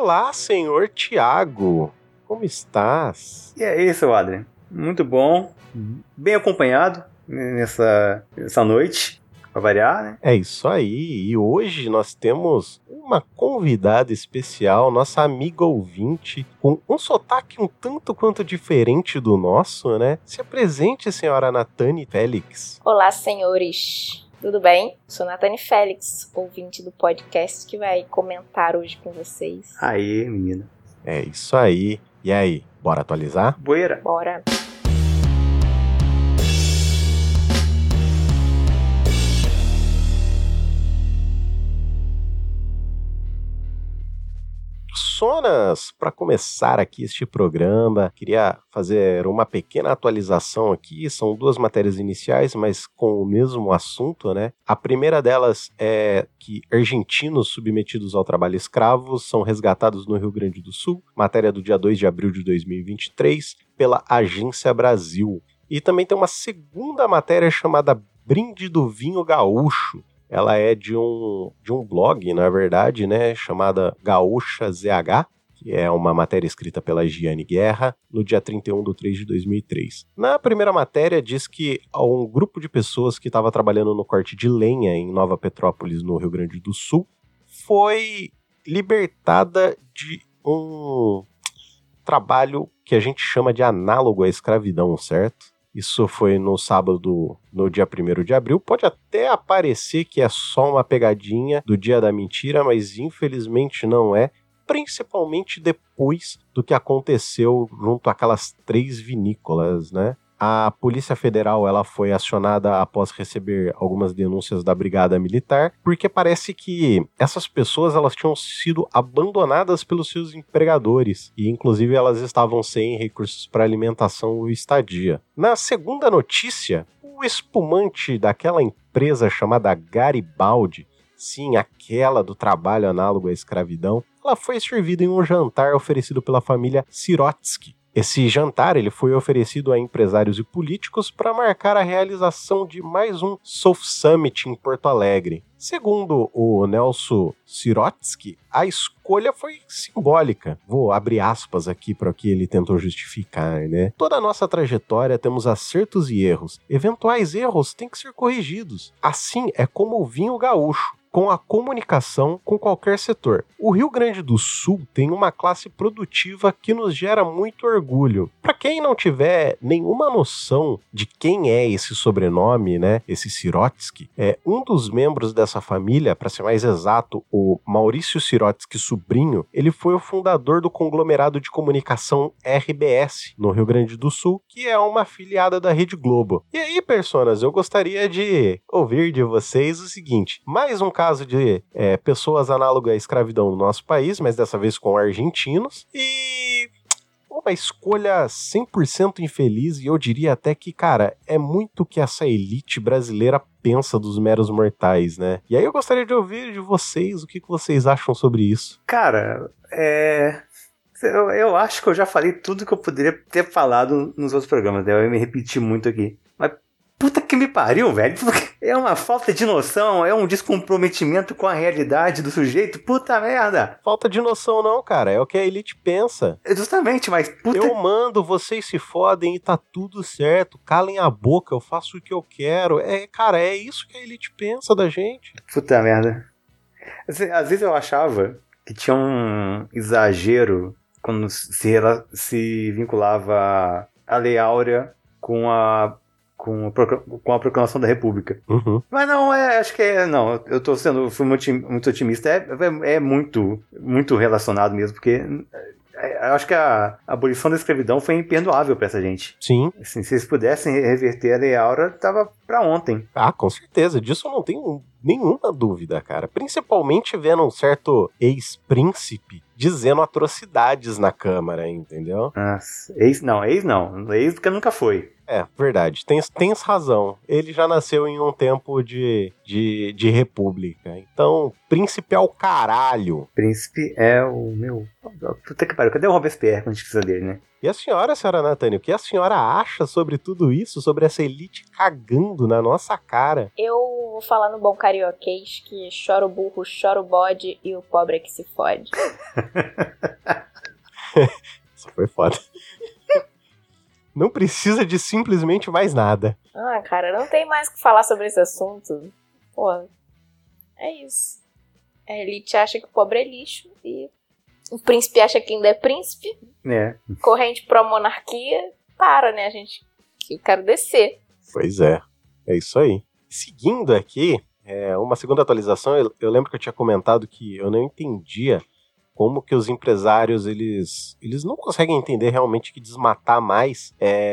Olá, senhor Tiago. Como estás? E é isso, Adrian. Muito bom. Bem acompanhado nessa noite, pra variar, né? É isso aí. E hoje nós temos uma convidada especial, nossa amiga ouvinte, com um sotaque um tanto quanto diferente do nosso, né? Se apresente, senhora Natane Félix. Olá, senhores. Tudo bem? Sou Natane Félix, ouvinte do podcast que vai comentar hoje com vocês. Aí, menina. É isso aí. E aí, bora atualizar? Boeira. Bora. Sonas, para começar aqui este programa, queria fazer uma pequena atualização aqui. São duas matérias iniciais, mas com o mesmo assunto, né? A primeira delas é que argentinos submetidos ao trabalho escravo são resgatados no Rio Grande do Sul, matéria do dia 2 de abril de 2023, pela Agência Brasil. E também tem uma segunda matéria chamada Brinde do Vinho Gaúcho. Ela é de um blog, na verdade, né, chamada Gaúcha ZH, que é uma matéria escrita pela Giane Guerra, no dia 31/3/2003. Na primeira matéria diz que um grupo de pessoas que estava trabalhando no corte de lenha em Nova Petrópolis, no Rio Grande do Sul, foi libertada de um trabalho que a gente chama de análogo à escravidão, certo? Isso foi no sábado, no dia 1º de abril. Pode até parecer que é só uma pegadinha do dia da mentira, mas infelizmente não é. Principalmente depois do que aconteceu junto àquelas 3 vinícolas, né? A Polícia Federal ela foi acionada após receber algumas denúncias da Brigada Militar, porque parece que essas pessoas elas tinham sido abandonadas pelos seus empregadores e inclusive elas estavam sem recursos para alimentação e estadia. Na segunda notícia, o espumante daquela empresa chamada Garibaldi, sim, aquela do trabalho análogo à escravidão, ela foi servida em um jantar oferecido pela família Sirotsky. Esse jantar ele foi oferecido a empresários e políticos para marcar a realização de mais um Surf Summit em Porto Alegre. Segundo o Nelson Sirotsky, a escolha foi simbólica. Vou abrir aspas aqui para o que ele tentou justificar, né? Toda a nossa trajetória temos acertos e erros. Eventuais erros têm que ser corrigidos. Assim é como o vinho gaúcho, com a comunicação com qualquer setor. O Rio Grande do Sul tem uma classe produtiva que nos gera muito orgulho. Para quem não tiver nenhuma noção de quem é esse sobrenome, né, esse Sirotsky, um dos membros dessa família, para ser mais exato, o Maurício Sirotsky Sobrinho, ele foi o fundador do conglomerado de comunicação RBS, no Rio Grande do Sul, que é uma afiliada da Rede Globo. E aí, personas, eu gostaria de ouvir de vocês o seguinte: mais um caso de pessoas análogas à escravidão no nosso país, mas dessa vez com argentinos, e uma escolha 100% infeliz, e eu diria até que, cara, é muito o que essa elite brasileira pensa dos meros mortais, né? E aí eu gostaria de ouvir de vocês o que vocês acham sobre isso. Cara, eu acho que eu já falei tudo que eu poderia ter falado nos outros programas, né? Eu ia me repetir muito aqui. Mas puta que me pariu, velho. É uma falta de noção, é um descomprometimento com a realidade do sujeito. Puta merda. Falta de noção não, cara. É o que a elite pensa. Justamente, mas puta... Eu mando, vocês se fodem e tá tudo certo. Calem a boca, eu faço o que eu quero. Cara, é isso que a elite pensa da gente. Puta merda. Às vezes eu achava que tinha um exagero quando se vinculava a Lei Áurea com a proclamação da República. Uhum. Mas não, acho que não, fui muito otimista, é muito, muito relacionado mesmo, porque eu acho que a abolição da escravidão foi imperdoável pra essa gente. Sim. Assim, se eles pudessem reverter a Lei Áurea, tava pra ontem. Ah, com certeza, disso eu não tenho nenhuma dúvida, cara. Principalmente vendo um certo ex-príncipe dizendo atrocidades na Câmara, entendeu? Nossa, ex não, porque nunca foi. Verdade. Tens razão. Ele já nasceu em um tempo de república. Então, príncipe é o caralho. Príncipe é o meu... Puta que pariu, cadê o Robespierre quando a gente precisa dele, né? E a senhora Natânia, o que a senhora acha sobre tudo isso? Sobre essa elite cagando na nossa cara? Eu vou falar no bom carioquês que chora o burro, chora o bode e o pobre é que se fode. Isso foi foda. Não precisa de simplesmente mais nada. Cara, não tem mais o que falar sobre esse assunto. Pô, é isso. A elite acha que o pobre é lixo e o príncipe acha que ainda é príncipe. Corrente pró-monarquia. Né, gente? Eu quero descer. Pois é isso aí. Seguindo aqui, uma segunda atualização, eu lembro que eu tinha comentado que eu não entendia como que os empresários, eles não conseguem entender realmente que desmatar mais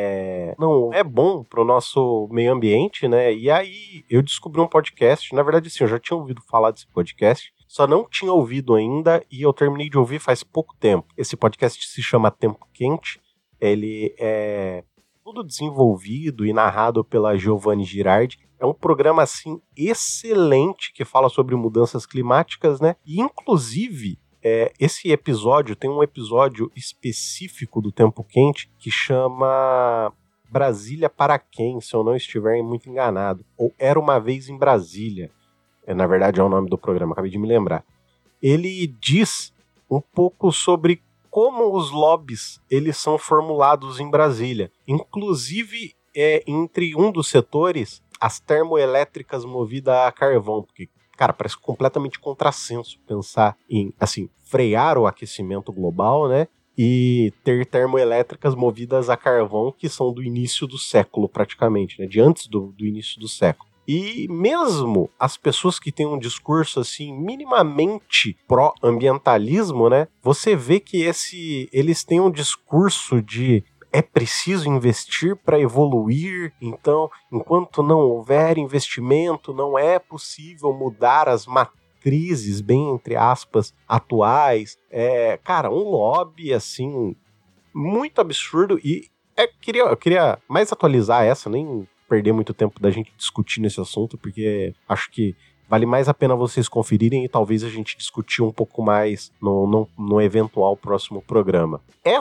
não é bom pro nosso meio ambiente, né? E aí eu descobri um podcast, na verdade assim, eu já tinha ouvido falar desse podcast, só não tinha ouvido ainda e eu terminei de ouvir faz pouco tempo. Esse podcast se chama Tempo Quente, ele é tudo desenvolvido e narrado pela Giovanni Girardi. É um programa, assim, excelente que fala sobre mudanças climáticas, né? E, inclusive, esse episódio, tem um episódio específico do Tempo Quente que chama Brasília para quem, se eu não estiver muito enganado. Ou Era Uma Vez em Brasília. Na verdade é o nome do programa, acabei de me lembrar. Ele diz um pouco sobre como os lobbies eles são formulados em Brasília. Inclusive, entre um dos setores, as termoelétricas movidas a carvão, porque cara, parece completamente contrassenso pensar em, assim, frear o aquecimento global, né? E ter termoelétricas movidas a carvão que são do início do século, praticamente, né? De antes do início do século. E mesmo as pessoas que têm um discurso, assim, minimamente pró-ambientalismo, né? Você vê que eles têm um discurso de é preciso investir para evoluir, então, enquanto não houver investimento, não é possível mudar as matrizes, bem entre aspas, atuais. Cara, um lobby, assim, muito absurdo e eu queria mais atualizar essa, nem perder muito tempo da gente discutindo esse assunto, porque acho que vale mais a pena vocês conferirem e talvez a gente discutir um pouco mais no eventual próximo programa.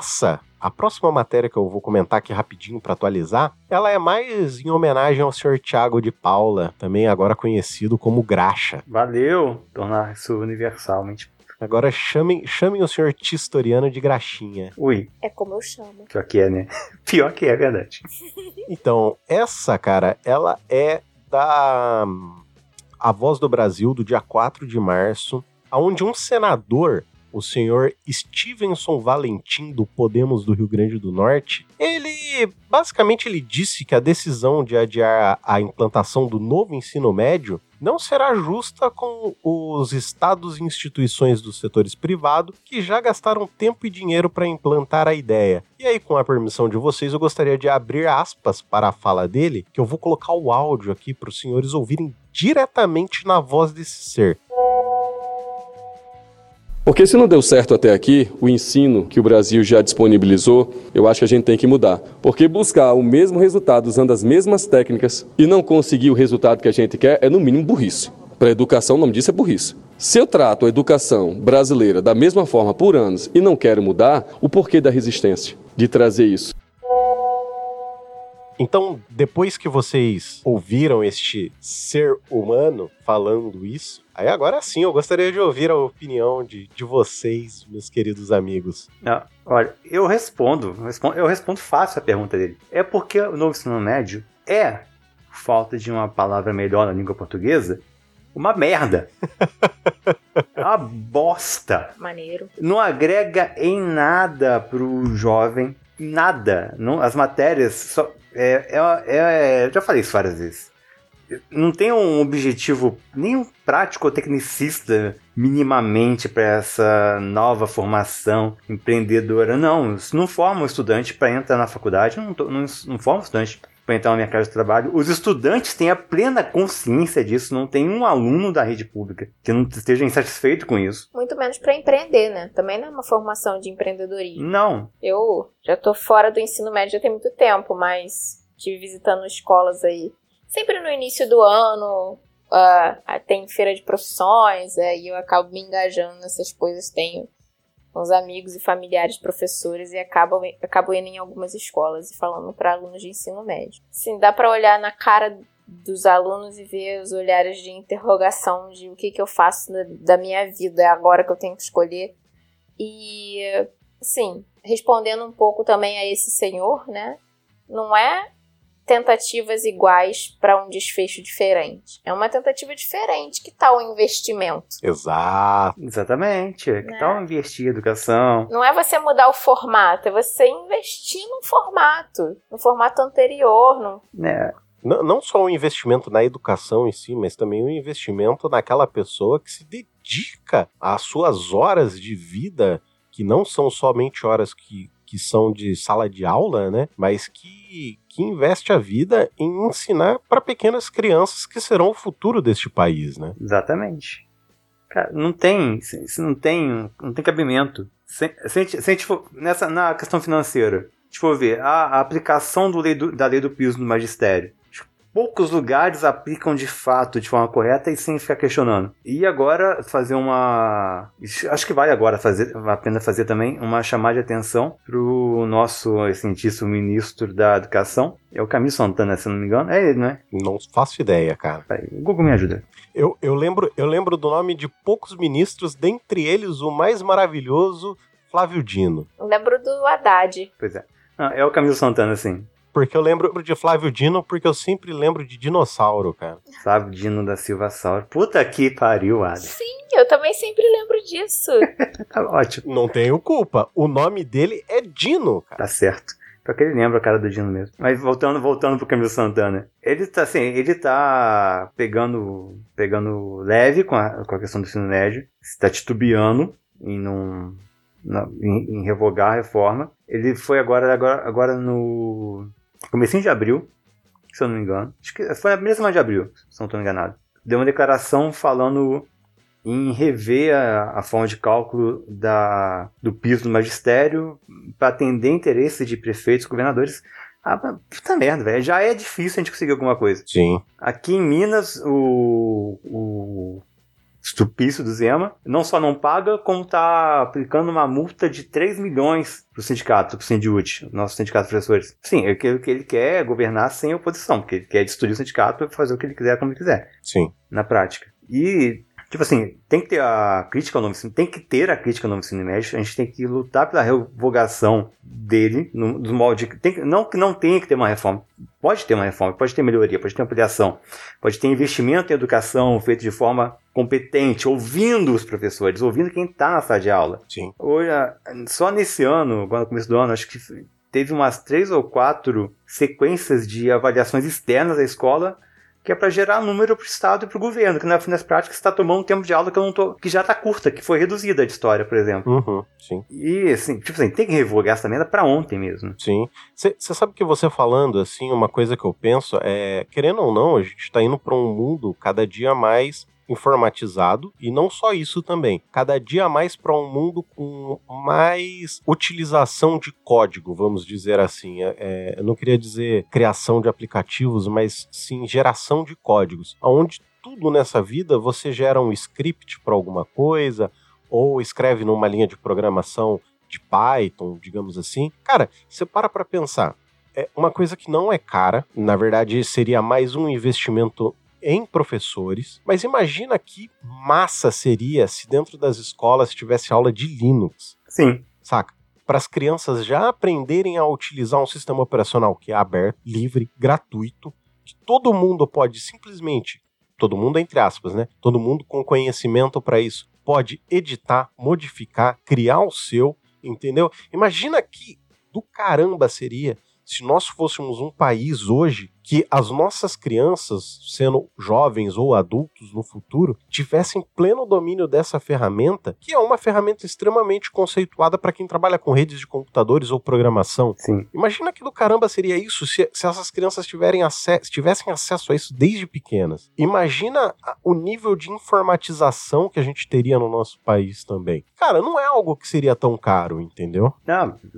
A próxima matéria que eu vou comentar aqui rapidinho para atualizar, ela é mais em homenagem ao Sr. Thiago de Paula, também agora conhecido como Graxa. Valeu! Tornar isso universalmente. Agora chamem o Sr. Tistoriano de Graxinha. Ui. É como eu chamo. Pior que é, né? Pior que é verdade. Então, essa, cara, ela é da A Voz do Brasil, do dia 4 de março, onde um senador, o senhor Stevenson Valentim, do Podemos do Rio Grande do Norte, ele disse que a decisão de adiar a implantação do novo ensino médio não será justa com os estados e instituições dos setores privados que já gastaram tempo e dinheiro para implantar a ideia. E aí, com a permissão de vocês, eu gostaria de abrir aspas para a fala dele, que eu vou colocar o áudio aqui para os senhores ouvirem diretamente na voz desse ser. Porque se não deu certo até aqui, o ensino que o Brasil já disponibilizou, eu acho que a gente tem que mudar. Porque buscar o mesmo resultado usando as mesmas técnicas e não conseguir o resultado que a gente quer é no mínimo burrice. Para a educação, o nome disso é burrice. Se eu trato a educação brasileira da mesma forma por anos e não quero mudar, o porquê da resistência de trazer isso? Então, depois que vocês ouviram este ser humano falando isso, aí agora sim eu gostaria de ouvir a opinião de vocês, meus queridos amigos. Olha, eu respondo fácil a pergunta dele. É porque o novo ensino médio é, falta de uma palavra melhor na língua portuguesa, uma merda. É uma bosta. Maneiro. Não agrega em nada pro jovem. Nada. Não, as matérias só... já falei isso várias vezes. Não tem um objetivo nem prático ou tecnicista minimamente para essa nova formação empreendedora. Não, isso não forma um estudante para entrar na faculdade, não forma um estudante para entrar no mercado de trabalho. Os estudantes têm a plena consciência disso. Não tem um aluno da rede pública que não esteja insatisfeito com isso. Muito menos para empreender, né? Também não é uma formação de empreendedorismo. Não. Eu já tô fora do ensino médio já tem muito tempo, mas estive visitando escolas aí. Sempre no início do ano, tem feira de profissões, e eu acabo me engajando nessas coisas. Tenho uns amigos e familiares professores e acabo indo em algumas escolas e falando para alunos de ensino médio. Sim, dá para olhar na cara dos alunos e ver os olhares de interrogação de o que eu faço da minha vida, é agora que eu tenho que escolher. E, assim, respondendo um pouco também a esse senhor, né? Não é tentativas iguais para um desfecho diferente. É uma tentativa diferente. Que tal o investimento? Exato. Exatamente. Que tal investir em educação? Não é você mudar o formato, é você investir no formato anterior. Não só o investimento na educação em si, mas também o investimento naquela pessoa que se dedica às suas horas de vida, que não são somente horas que são de sala de aula, né? Mas que investe a vida em ensinar para pequenas crianças que serão o futuro deste país, né? Exatamente. Cara, não tem cabimento. Se a gente for na questão financeira, se for ver a aplicação da lei do piso no magistério, poucos lugares aplicam de fato, de forma correta e sem ficar questionando. E agora fazer acho que vale a pena fazer também uma chamada de atenção pro nosso excelentíssimo ministro da Educação. É o Camilo Santana, se não me engano. É ele, não é? Não faço ideia, cara. O Google me ajuda. Eu lembro do nome de poucos ministros, dentre eles o mais maravilhoso, Flávio Dino. Eu lembro do Haddad. Pois é. É o Camilo Santana, sim. Porque eu lembro de Flávio Dino, porque eu sempre lembro de dinossauro, cara. Flávio Dino da Silva Sauro. Puta que pariu, Adam. Sim, eu também sempre lembro disso. Tá ótimo. Não tenho culpa. O nome dele é Dino, cara. Tá certo. Porque ele lembra a cara do Dino mesmo. Mas voltando pro Camilo Santana. Ele tá pegando leve com a questão do ensino médio. Está titubeando em revogar a reforma. Ele foi agora no comecinho de abril, se eu não me engano. Acho que foi na primeira semana de abril, se não estou enganado. Deu uma declaração falando em rever a forma de cálculo do piso do magistério para atender interesse de prefeitos e governadores. Puta merda, velho. Já é difícil a gente conseguir alguma coisa. Sim. Aqui em Minas, o estupício do Zema não só não paga, como tá aplicando uma multa de 3 milhões pro sindicato, pro Sindiúti, nosso sindicato de professores. Sim, o que ele quer é governar sem oposição, porque ele quer destruir o sindicato e fazer o que ele quiser, como ele quiser. Sim. Na prática. E, tipo assim, tem que ter a crítica ao novo ensino médio, a gente tem que lutar pela revogação dele, dos moldes. Não que não tenha que ter uma reforma. Pode ter uma reforma, pode ter melhoria, pode ter ampliação, pode ter investimento em educação feito de forma competente, ouvindo os professores, ouvindo quem está na sala de aula. Sim. Hoje, só nesse ano, agora no começo do ano, acho que teve umas 3 ou 4 sequências de avaliações externas da escola, que é para gerar número para o Estado e para o governo, que nas práticas está tomando um tempo de aula que já está curta, que foi reduzida de história, por exemplo. Uhum, sim. E, assim, tem que revogar essa merda para ontem mesmo. Sim. Você sabe que você falando, assim, uma coisa que eu penso é, querendo ou não, a gente está indo para um mundo cada dia mais informatizado, e não só isso também, cada dia mais para um mundo com mais utilização de código, vamos dizer assim. Eu não queria dizer criação de aplicativos, mas sim geração de códigos, onde tudo nessa vida você gera um script para alguma coisa, ou escreve numa linha de programação de Python, digamos assim. Cara, você para pensar, é uma coisa que não é cara, na verdade seria mais um investimento em professores, mas imagina que massa seria se dentro das escolas tivesse aula de Linux. Sim. Saca? Para as crianças já aprenderem a utilizar um sistema operacional que é aberto, livre, gratuito, que todo mundo pode simplesmente, todo mundo entre aspas, né? Todo mundo com conhecimento para isso, pode editar, modificar, criar o seu, entendeu? Imagina que do caramba seria se nós fôssemos um país hoje que as nossas crianças, sendo jovens ou adultos no futuro, tivessem pleno domínio dessa ferramenta, que é uma ferramenta extremamente conceituada para quem trabalha com redes de computadores ou programação. Sim. Imagina que do caramba seria isso se essas crianças tivessem acesso a isso desde pequenas. Imagina o nível de informatização que a gente teria no nosso país também. Cara, não é algo que seria tão caro, entendeu? Não,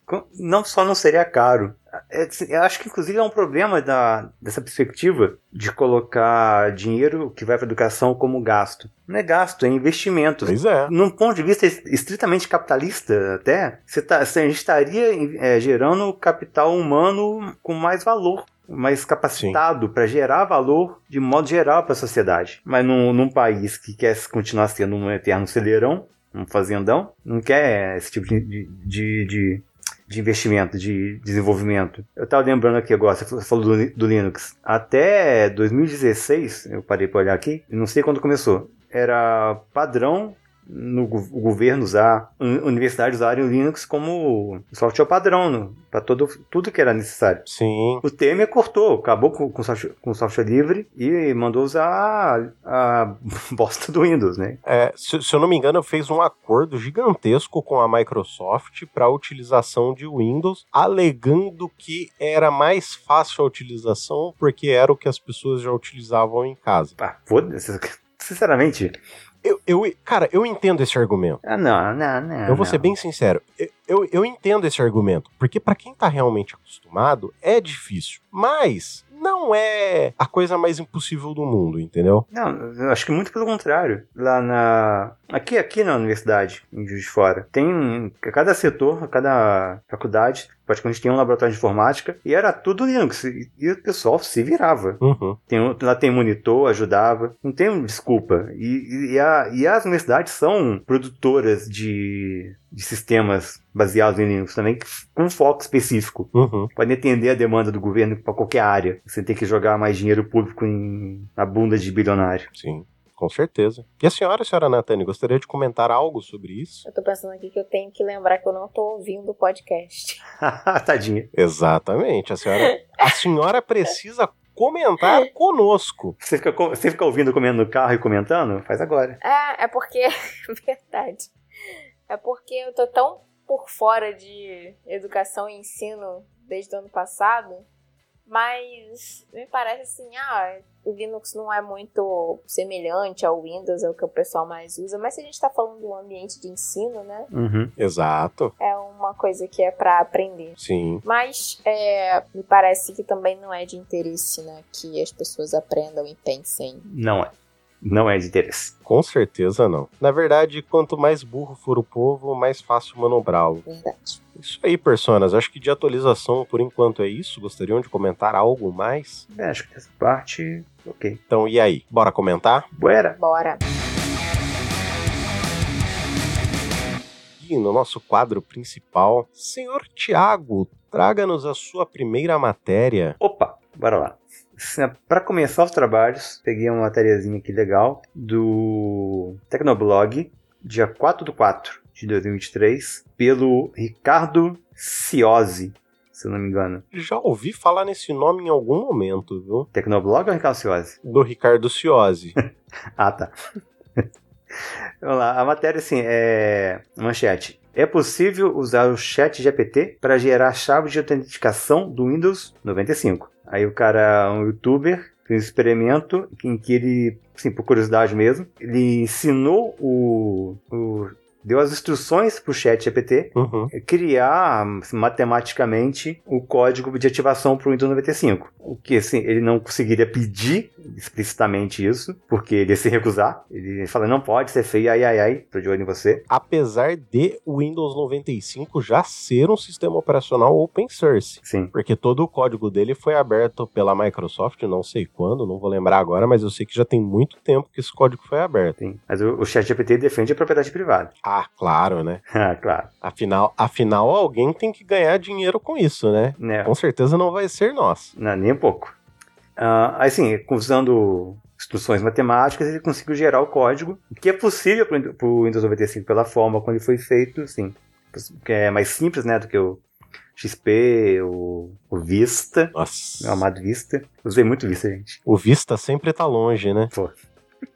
não só não seria caro, eu acho que inclusive é um problema dessa perspectiva de colocar dinheiro que vai para educação como gasto. Não é gasto, é investimento. Pois é. Num ponto de vista estritamente capitalista até, a gente estaria gerando capital humano com mais valor, mais capacitado para gerar valor de modo geral para a sociedade. Mas num país que quer continuar sendo um eterno celeirão, um fazendão, não quer esse tipo de investimento, de desenvolvimento. Eu estava lembrando aqui agora, você falou do Linux. Até 2016, eu parei para olhar aqui, não sei quando começou, era padrão o governo usar, universidades usarem o Linux como software padrão para tudo que era necessário. Sim. O Temer cortou, acabou com o software livre e mandou usar a bosta do Windows, né? Se eu não me engano, fez um acordo gigantesco com a Microsoft para a utilização de Windows, alegando que era mais fácil a utilização porque era o que as pessoas já utilizavam em casa. Foda-se. Sinceramente... Cara, eu entendo esse argumento. Não. Eu vou ser bem sincero. Eu entendo esse argumento, porque pra quem tá realmente acostumado, é difícil. Mas não é a coisa mais impossível do mundo, entendeu? Não, eu acho que muito pelo contrário. Aqui na universidade, em Juiz de Fora, tem cada setor, cada faculdade, praticamente tem um laboratório de informática, e era tudo Linux, e o pessoal se virava. Uhum. Lá tem monitor, ajudava, não tem desculpa. E as universidades são produtoras de sistemas baseados em Linux também, com foco específico. Uhum. Pode atender a demanda do governo para qualquer área, sem ter que jogar mais dinheiro público na bunda de bilionário. Sim. Com certeza. E a senhora Natane, gostaria de comentar algo sobre isso? Eu tô pensando aqui que eu tenho que lembrar que eu não tô ouvindo o podcast. Tadinha. Exatamente. A senhora precisa comentar conosco. Você fica ouvindo, comendo no carro e comentando? Faz agora. É porque... Verdade. É porque eu tô tão por fora de educação e ensino desde o ano passado, mas me parece assim, o Linux não é muito semelhante ao Windows, é o que o pessoal mais usa, mas se a gente tá falando do ambiente de ensino, né? Uhum. Exato. É uma coisa que é pra aprender. Sim. Mas me parece que também não é de interesse, né? Que as pessoas aprendam e pensem. Não é de interesse. Com certeza não. Na verdade, quanto mais burro for o povo, mais fácil manobrá-lo. Verdade. Isso aí, personas. Acho que de atualização, por enquanto, é isso. Gostariam de comentar algo mais? Acho que essa parte... Ok. Então, e aí? Bora comentar? Bora. E no nosso quadro principal, Senhor Tiago, traga-nos a sua primeira matéria. Opa, bora lá. Para começar os trabalhos, peguei uma matériazinha aqui legal do Tecnoblog, dia 4/4/2023, pelo Ricardo Ciosi, se eu não me engano. Já ouvi falar nesse nome em algum momento, viu? Tecnoblog ou Ricardo Ciosi? Do Ricardo Ciosi. Tá. Vamos lá, a matéria assim, manchete. É possível usar o ChatGPT para gerar chave de autenticação do Windows 95. Aí o cara, um youtuber, fez um experimento em que ele, assim, por curiosidade mesmo, ele ensinou deu as instruções para o ChatGPT criar matematicamente o código de ativação para o Windows 95. O que, assim, ele não conseguiria pedir explicitamente isso, porque ele ia se recusar. Ele fala, não pode ser feio, tô de olho em você. Apesar de o Windows 95 já ser um sistema operacional open source. Sim. Porque todo o código dele foi aberto pela Microsoft, não sei quando, não vou lembrar agora, mas eu sei que já tem muito tempo que esse código foi aberto. Sim. Mas o ChatGPT defende a propriedade privada. Claro, né? Claro. Afinal, alguém tem que ganhar dinheiro com isso, né? Com certeza não vai ser nós. Não, nem um pouco. Assim, usando instruções matemáticas, ele conseguiu gerar o código, que é possível para o Windows 95 pela forma como ele foi feito, assim, que é mais simples, né, do que o XP, o Vista. Nossa. O amado Vista. Usei muito Vista, gente. O Vista sempre tá longe, né? Pô.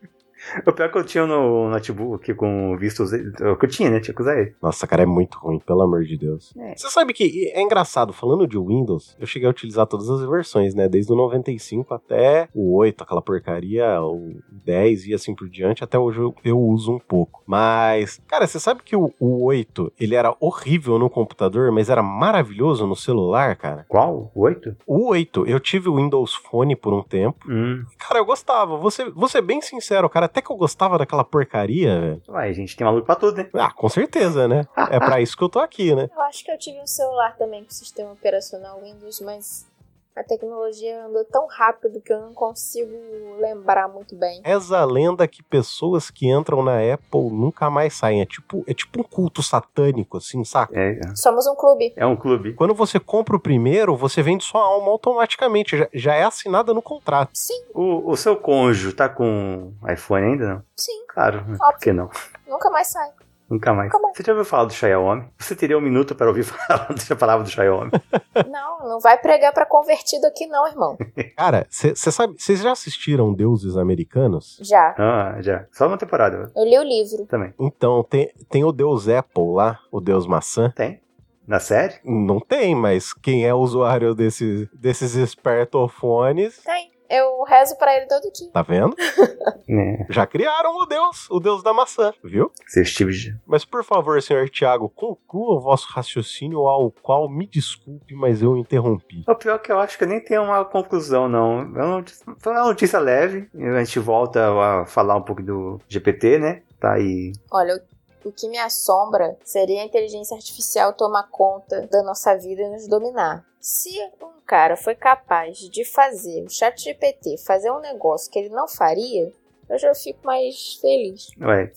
O pior que eu tinha no notebook com vistos. O que eu tinha, né? Tinha que usar ele. Nossa, cara, é muito ruim, pelo amor de Deus. Você sabe que é engraçado, falando de Windows, eu cheguei a utilizar todas as versões, né? Desde o 95 até o 8, aquela porcaria, o 10 e assim por diante. Até hoje eu uso um pouco. Mas, cara, você sabe que o 8, ele era horrível no computador, mas era maravilhoso no celular, cara? Qual? O 8? O 8. Eu tive o Windows Phone por um tempo. Cara, eu gostava. Vou ser bem sincero, cara. Até que eu gostava daquela porcaria, velho. Ué, a gente tem maluco pra tudo, né? Ah, com certeza, né? É pra isso que eu tô aqui, né? Eu acho que eu tive um celular também com sistema operacional Windows, mas a tecnologia andou tão rápido que eu não consigo lembrar muito bem. Essa lenda que pessoas que entram na Apple nunca mais saem. É tipo um culto satânico, assim, saca? Somos um clube. É um clube. Quando você compra o primeiro, você vende sua alma automaticamente. Já é assinada no contrato. Sim. O seu cônjuge tá com iPhone ainda, não? Sim. Claro. Óbvio. Por que não? Nunca mais sai. Nunca mais. Você já ouviu falar do Xiaomi? Você teria um minuto para ouvir falar da palavra do Xiaomi? Não vai pregar pra convertido aqui não, irmão. Cara, vocês já assistiram Deuses Americanos? Já. Já. Só uma temporada. Eu li o livro. Também. Então, tem o Deus Apple lá, o Deus Maçã. Tem. Na série? Não tem, mas quem é usuário desses espertofones... Tem. Eu rezo pra ele todo dia. Tá vendo? Já criaram o Deus da maçã, viu? Mas por favor, senhor Tiago, conclua o vosso raciocínio, ao qual me desculpe, mas eu interrompi. O pior é que eu acho que eu nem tenho uma conclusão, não. Foi uma notícia leve. A gente volta a falar um pouco do GPT, né? Tá aí. Olha, o que me assombra seria a inteligência artificial tomar conta da nossa vida e nos dominar. Se um cara foi capaz de fazer o ChatGPT fazer um negócio que ele não faria, eu já fico mais feliz. Ué.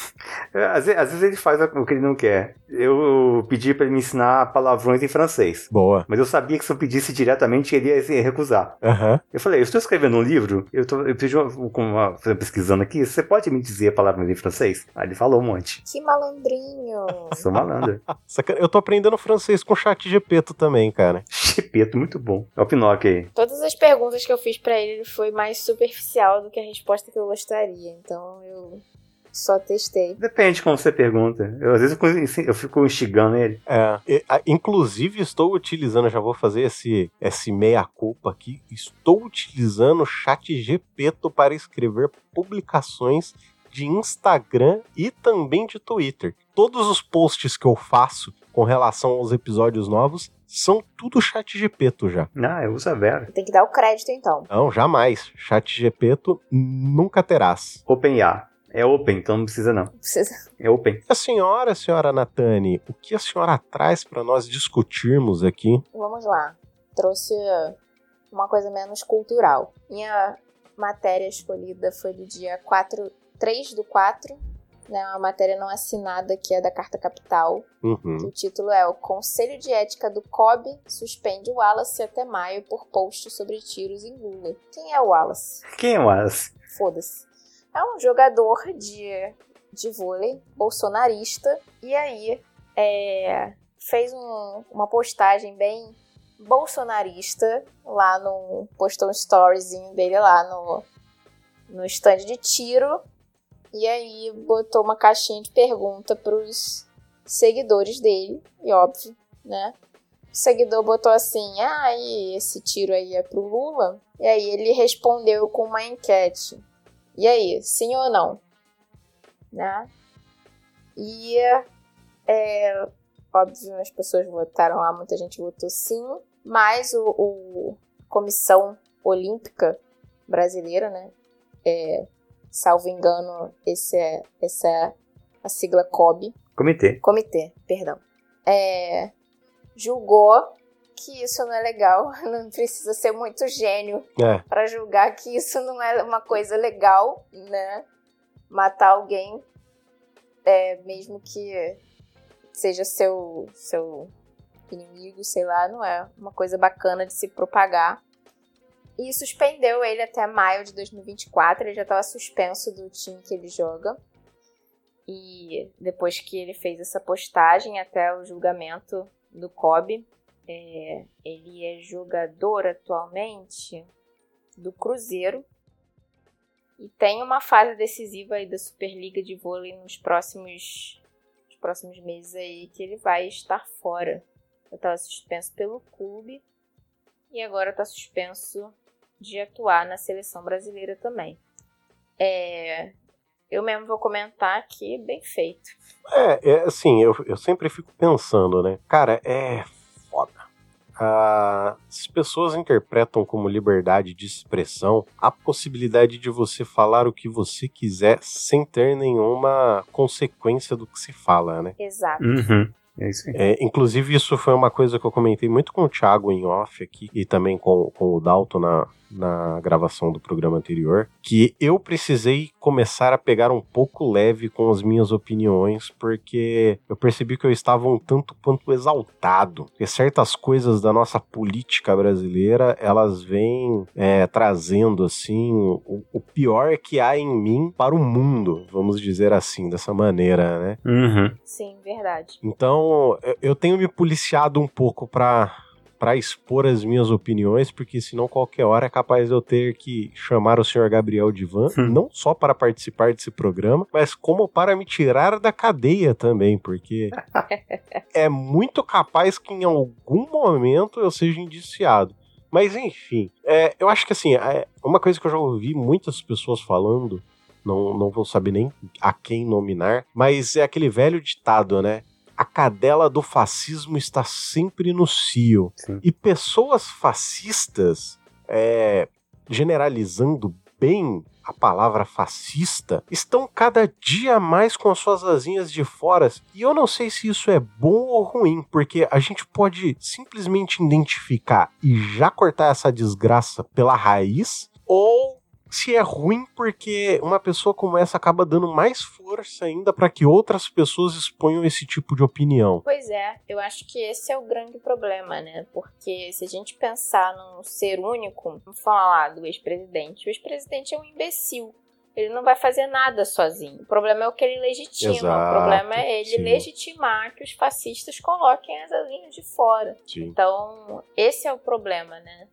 Às vezes ele faz o que ele não quer. Eu pedi pra ele me ensinar palavrões em francês. Boa. Mas eu sabia que se eu pedisse diretamente, ele ia se recusar. Uhum. Eu falei, eu estou escrevendo um livro, eu pedi pesquisando aqui, você pode me dizer palavrões em francês? Aí ele falou um monte. Que malandrinho. Sou malandro. Eu tô aprendendo francês com o ChatGPT também, cara. GPT, muito bom. É o Pinóquio aí. Todas as perguntas que eu fiz pra ele foi mais superficial do que a resposta que eu gostaria. Então eu só testei. Depende como você pergunta. Às vezes eu fico instigando ele. Inclusive estou utilizando, já vou fazer esse meia-culpa aqui, estou utilizando o ChatGPT para escrever publicações de Instagram e também de Twitter. Todos os posts que eu faço com relação aos episódios novos são tudo ChatGPT já. Eu uso a Vera. Tem que dar o crédito então. Não, jamais. ChatGPT nunca terás. OpenAI. É open, então não precisa não. Precisa. É open. A senhora Natane, o que a senhora traz para nós discutirmos aqui? Vamos lá. Trouxe uma coisa menos cultural. Minha matéria escolhida foi do dia 3/4, né? Uma matéria não assinada que é da Carta Capital. Uhum. Que o título é: O Conselho de Ética do COB suspende o Wallace até maio por post sobre tiros em Lula. Quem é o Wallace? Quem é o Wallace? Foda-se. É um jogador de vôlei bolsonarista. E aí fez uma postagem bem bolsonarista lá no... Postou um storyzinho dele lá no stand de tiro. E aí botou uma caixinha de pergunta pros seguidores dele. E óbvio, né? O seguidor botou assim: e esse tiro aí é pro Lula? E aí ele respondeu com uma enquete. E aí, sim ou não? Né? E, óbvio, as pessoas votaram lá, muita gente votou sim, mas o Comissão Olímpica Brasileira, né? Salvo engano, essa é a sigla COB. Comitê, perdão. Julgou que isso não é legal, não precisa ser muito gênio para julgar que isso não é uma coisa legal, né? Matar alguém, mesmo que seja seu inimigo, sei lá, não é uma coisa bacana de se propagar. E suspendeu ele até maio de 2024, ele já estava suspenso do time que ele joga. E depois que ele fez essa postagem até o julgamento do COB, ele é jogador atualmente do Cruzeiro E tem uma fase decisiva aí da Superliga de Vôlei nos próximos meses aí que ele vai estar fora. Eu estava suspenso pelo clube e agora está suspenso de atuar na seleção brasileira também. Eu mesmo vou comentar aqui, bem feito. Assim, eu sempre fico pensando, né? Cara, é foda. As pessoas interpretam como liberdade de expressão a possibilidade de você falar o que você quiser sem ter nenhuma consequência do que se fala, né? Exato. Uhum. É isso aí. Inclusive, isso foi uma coisa que eu comentei muito com o Thiago em off aqui e também com o Dalton na gravação do programa anterior, que eu precisei começar a pegar um pouco leve com as minhas opiniões, porque eu percebi que eu estava um tanto quanto exaltado, porque certas coisas da nossa política brasileira, elas vêm trazendo, assim, o pior que há em mim para o mundo, vamos dizer assim, dessa maneira, né? Uhum. Sim, verdade. Então, eu tenho me policiado um pouco para expor as minhas opiniões, porque senão qualquer hora é capaz de eu ter que chamar o senhor Gabriel Divan, não só para participar desse programa, mas como para me tirar da cadeia também, porque é muito capaz que em algum momento eu seja indiciado. Mas enfim, eu acho que assim, uma coisa que eu já ouvi muitas pessoas falando, não vou saber nem a quem nominar, mas é aquele velho ditado, né? A cadela do fascismo está sempre no cio. Sim. E pessoas fascistas, generalizando bem a palavra fascista, estão cada dia mais com as suas asinhas de fora. E eu não sei se isso é bom ou ruim, porque a gente pode simplesmente identificar e já cortar essa desgraça pela raiz, ou se é ruim porque uma pessoa como essa acaba dando mais força ainda para que outras pessoas exponham esse tipo de opinião. Pois é, eu acho que esse é o grande problema, né? Porque se a gente pensar num ser único, vamos falar lá do ex-presidente. O ex-presidente é um imbecil. Ele não vai fazer nada sozinho. O problema é o que ele legitima. Exato, o problema é ele legitimar que os fascistas coloquem as asinhas de fora. Sim. Então, esse é o problema, né?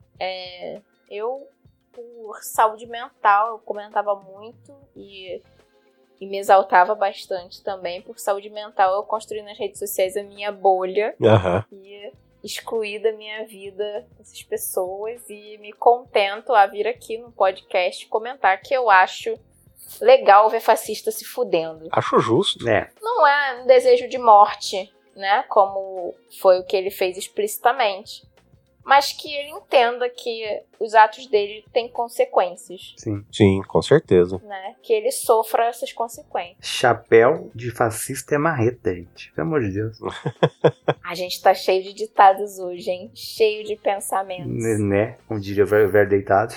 Por saúde mental, eu comentava muito e me exaltava bastante também. Por saúde mental, eu construí nas redes sociais a minha bolha e excluí da minha vida essas pessoas e me contento a vir aqui no podcast comentar que eu acho legal ver fascista se fudendo. Acho justo. Não é um desejo de morte, né? Como foi o que ele fez explicitamente. Mas que ele entenda que os atos dele têm consequências. Sim, com certeza. Né? Que ele sofra essas consequências. Chapéu de fascista é marreta, gente. Pelo amor de Deus. A gente tá cheio de ditados hoje, hein? Cheio de pensamentos. Né? Como diria o velho deitado.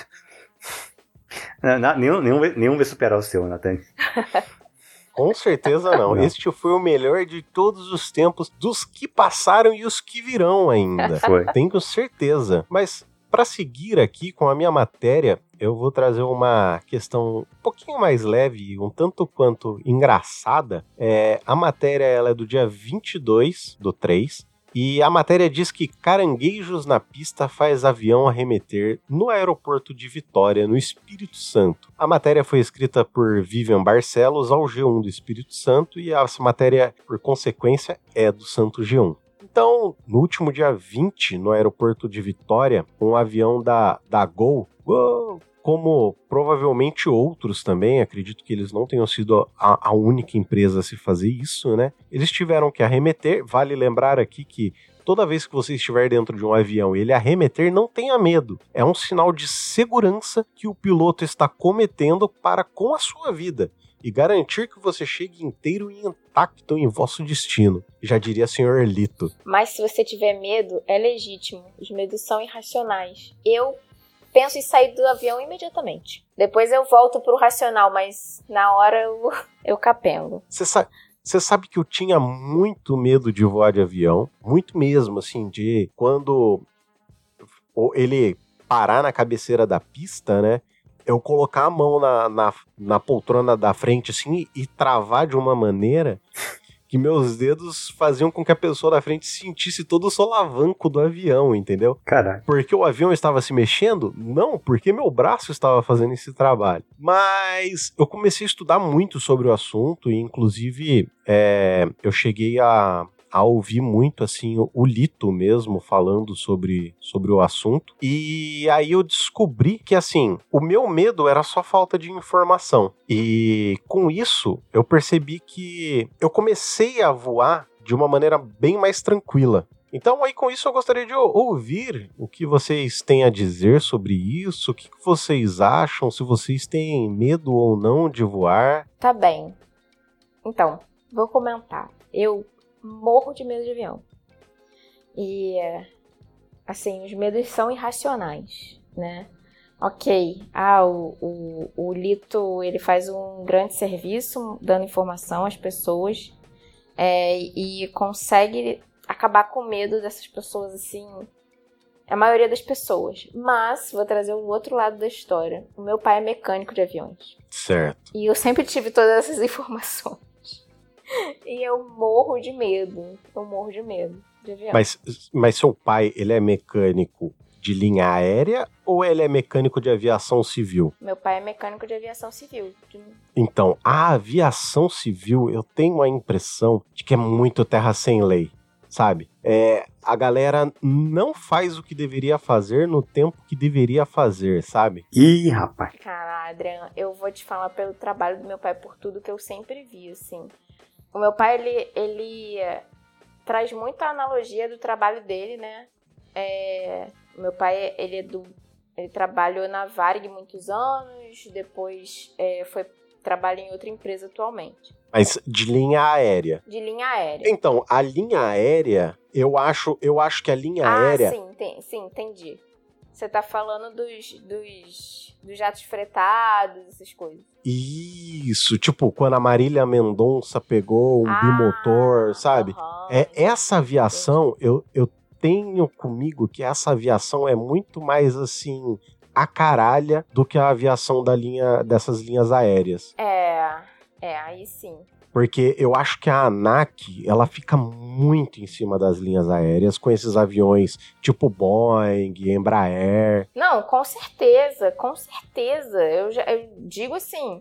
Nenhum vai superar o seu, Nathan. Com certeza não. Este foi o melhor de todos os tempos, dos que passaram e os que virão ainda. Foi. Tenho certeza. Mas para seguir aqui com a minha matéria, eu vou trazer uma questão um pouquinho mais leve, um tanto quanto engraçada. A matéria ela é do dia 22/3. E a matéria diz que caranguejos na pista faz avião arremeter no aeroporto de Vitória, no Espírito Santo. A matéria foi escrita por Vivian Barcelos ao G1 do Espírito Santo e essa matéria, por consequência, é do Santo G1. Então, no último dia 20, no aeroporto de Vitória, um avião da Gol, como provavelmente outros também, acredito que eles não tenham sido a única empresa a se fazer isso, né? Eles tiveram que arremeter. Vale lembrar aqui que toda vez que você estiver dentro de um avião e ele arremeter, não tenha medo. É um sinal de segurança que o piloto está cometendo para com a sua vida e garantir que você chegue inteiro e intacto em vosso destino. Já diria senhor Lito. Mas se você tiver medo, é legítimo. Os medos são irracionais. Eu penso em sair do avião imediatamente. Depois eu volto pro racional, mas na hora eu capengo. Você sabe que eu tinha muito medo de voar de avião, muito mesmo, assim, de quando ele parar na cabeceira da pista, né, eu colocar a mão na poltrona da frente, assim, e travar de uma maneira que meus dedos faziam com que a pessoa da frente sentisse todo o solavanco do avião, entendeu? Caraca. Porque o avião estava se mexendo? Não, porque meu braço estava fazendo esse trabalho. Mas eu comecei a estudar muito sobre o assunto e, inclusive, eu cheguei a ouvir muito, assim, o Lito mesmo falando sobre o assunto. E aí eu descobri que, assim, o meu medo era só falta de informação. E com isso, eu percebi que eu comecei a voar de uma maneira bem mais tranquila. Então, aí com isso eu gostaria de ouvir o que vocês têm a dizer sobre isso, o que vocês acham, se vocês têm medo ou não de voar. Tá bem. Então, vou comentar. Eu morro de medo de avião. E, assim, os medos são irracionais, né? Ok, o Lito, ele faz um grande serviço dando informação às pessoas e consegue acabar com o medo dessas pessoas, assim, a maioria das pessoas. Mas, vou trazer o outro lado da história. O meu pai é mecânico de aviões. Certo. E eu sempre tive todas essas informações. E eu morro de medo. Eu morro de medo de avião. Mas seu pai, ele é mecânico de linha aérea ou ele é mecânico de aviação civil? Meu pai é mecânico de aviação civil. Então, a aviação civil, eu tenho a impressão de que é muito terra sem lei, sabe? A galera não faz o que deveria fazer no tempo que deveria fazer, sabe? Ih, rapaz. Cara, Adriano, eu vou te falar pelo trabalho do meu pai, por tudo que eu sempre vi, assim. O meu pai, ele traz muita analogia do trabalho dele, né? O meu pai, ele trabalhou na Varig muitos anos, depois trabalha em outra empresa atualmente. Mas de linha aérea. De linha aérea. Então, a linha aérea, eu acho que a linha aérea... Sim, entendi. Você tá falando dos jatos fretados, essas coisas. Isso, tipo, quando a Marília Mendonça pegou um bimotor, sabe? Essa aviação, eu tenho comigo que essa aviação é muito mais, assim, a caralha do que a aviação dessas linhas aéreas. Aí sim. Porque eu acho que a ANAC, ela fica muito em cima das linhas aéreas com esses aviões tipo Boeing, Embraer. Não, com certeza, com certeza. Eu digo assim,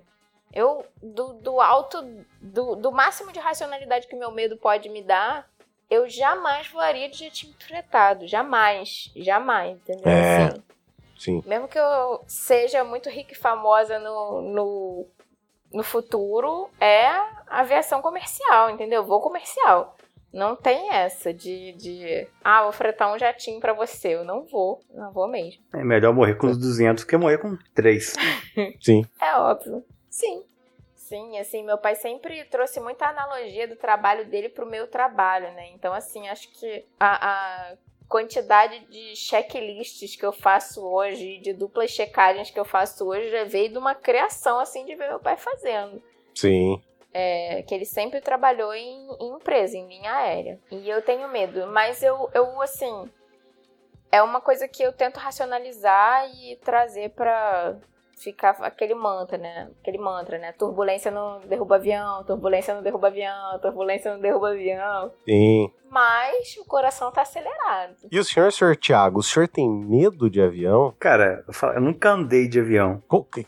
do alto, do máximo de racionalidade que meu medo pode me dar, eu jamais voaria de jetinho fretado. Jamais, entendeu? Assim, sim. Mesmo que eu seja muito rica e famosa no futuro, é aviação comercial, entendeu? Voo comercial. Não tem essa de vou fretar um jatinho pra você. Eu não vou mesmo. É melhor morrer com os 200 que morrer com 3. Sim. É óbvio. Sim, assim, meu pai sempre trouxe muita analogia do trabalho dele pro meu trabalho, né? Então, assim, acho que a quantidade de checklists que eu faço hoje, de duplas checagens que eu faço hoje, já veio de uma criação, assim, de ver meu pai fazendo. Sim. Que ele sempre trabalhou em empresa, em linha aérea. E eu tenho medo, mas eu assim, é uma coisa que eu tento racionalizar e trazer pra ficar aquele mantra, né? Turbulência não derruba avião, turbulência não derruba avião, turbulência não derruba avião. Sim. Mas o coração tá acelerado. E o senhor Thiago, o senhor tem medo de avião? Cara, eu nunca andei de avião.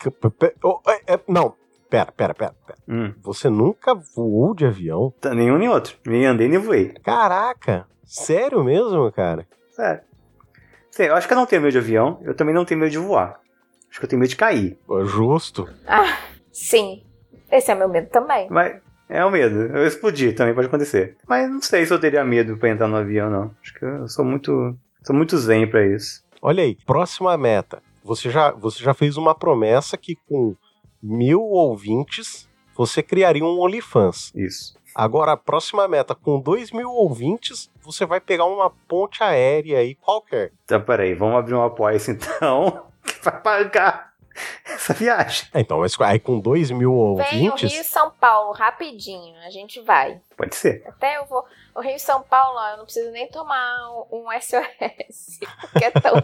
Não, pera. Você nunca voou de avião? Nenhum nem outro. Nem andei, nem voei. Caraca, sério mesmo, cara? Sério. Sim, eu acho que eu não tenho medo de avião, eu também não tenho medo de voar. Acho que eu tenho medo de cair. Justo. Sim. Esse é meu medo também. Mas é o medo. Eu explodir também pode acontecer. Mas não sei se eu teria medo pra entrar no avião, não. Acho que eu sou muito zen pra isso. Olha aí, próxima meta. Você já fez uma promessa que com 1000 ouvintes você criaria um OnlyFans. Isso. Agora, a próxima meta, com 2000 ouvintes, você vai pegar uma ponte aérea aí qualquer. Então, peraí, vamos abrir um apoio-se então, que vai pagar essa viagem. Então, mas aí com 2000 ouvintes... Vem o Rio e São Paulo, rapidinho, a gente vai. Pode ser. Até eu vou... O Rio e São Paulo, eu não preciso nem tomar um SOS, porque é tão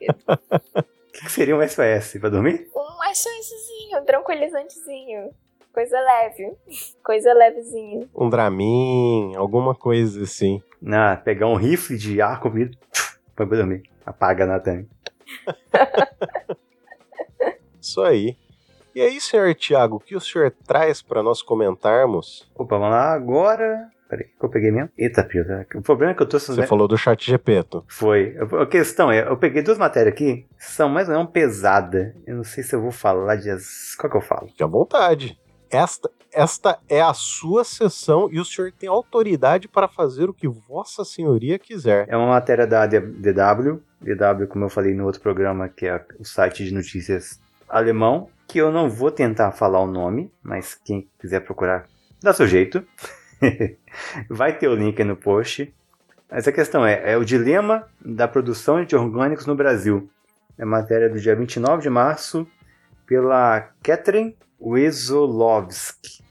rápido. O que seria um SOS? Pra dormir? Um SOSzinho, um tranquilizantezinho. Coisa leve. Coisa levezinha. Um Dramin, alguma coisa assim. Pegar um rifle de ar comido, põe pra dormir. Apaga na tanque. Isso aí. E aí, senhor Thiago, o que o senhor traz para nós comentarmos? Opa, vamos lá agora. Peraí, que eu peguei mesmo? Eita, Pio. O problema é que eu tô... Você falou do chat GPT. Foi. A questão é, eu peguei 2 matérias aqui, são mais ou menos pesadas. Eu não sei se eu vou falar de... Qual que eu falo? Fique à vontade. Esta é a sua sessão e o senhor tem autoridade para fazer o que vossa senhoria quiser. É uma matéria da DW. DW, como eu falei no outro programa, que é o site de notícias alemão, que eu não vou tentar falar o nome, mas quem quiser procurar, dá seu jeito. Vai ter o link aí no post. Mas a questão é o dilema da produção de orgânicos no Brasil. É matéria do dia 29 de março pela Catherine Wesolowski.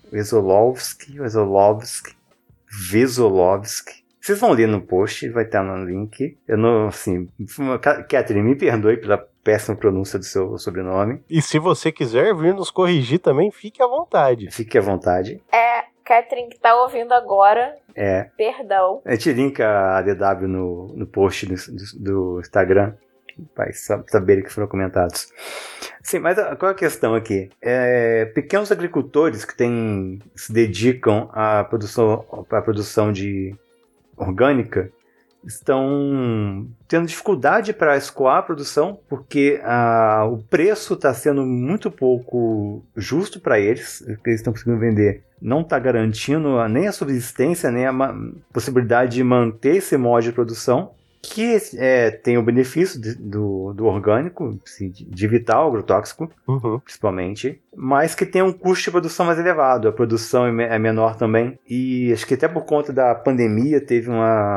Vocês vão ler no post, vai estar no link. Eu não, assim, Catherine, me perdoe pela péssima pronúncia do seu sobrenome. E se você quiser vir nos corrigir também, fique à vontade. Fique à vontade. Catherine que tá ouvindo agora. Perdão. A gente linka a DW no post do Instagram. Vai saber que foram comentados. Sim, mas qual é a questão aqui? Pequenos agricultores que se dedicam à produção de orgânica estão tendo dificuldade para escoar a produção porque o preço está sendo muito pouco justo para eles. O que eles estão conseguindo vender não está garantindo nem a subsistência, nem a possibilidade de manter esse modo de produção, que tem o benefício do orgânico, assim, de vital, agrotóxico, principalmente, mas que tem um custo de produção mais elevado. A produção é menor também, e acho que até por conta da pandemia teve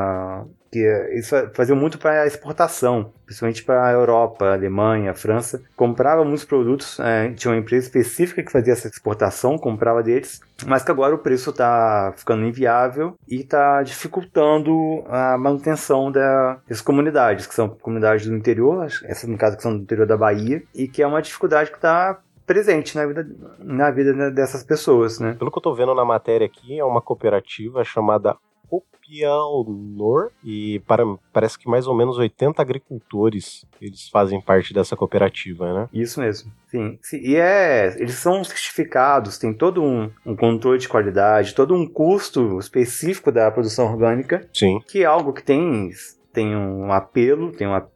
isso fazia muito para a exportação, principalmente para a Europa, a Alemanha, a França. Comprava muitos produtos, tinha uma empresa específica que fazia essa exportação, comprava deles, mas que agora o preço está ficando inviável e está dificultando a manutenção dessas comunidades, que são comunidades do interior, essas no caso que são do interior da Bahia, e que é uma dificuldade que está presente na vida dessas pessoas, né? Pelo que eu tô vendo na matéria aqui, é uma cooperativa chamada Opialnor, e parece que mais ou menos 80 agricultores eles fazem parte dessa cooperativa, né? Isso mesmo. Sim. E eles são certificados, tem todo um controle de qualidade, todo um custo específico da produção orgânica. Sim. Que é algo que tem um apelo,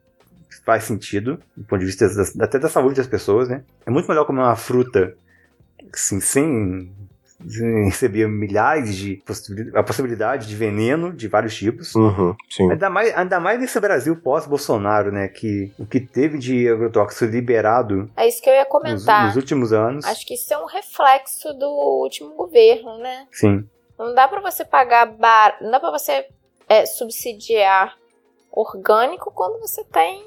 faz sentido, do ponto de vista até da saúde das pessoas, né? É muito melhor comer uma fruta assim, sem receber milhares a possibilidade de veneno de vários tipos. Sim. Ainda mais nesse Brasil pós-Bolsonaro, né? Que o que teve de agrotóxico liberado... É isso que eu ia comentar. Nos últimos anos. Acho que isso é um reflexo do último governo, né? Sim. Não dá pra você não dá pra você subsidiar orgânico quando você tem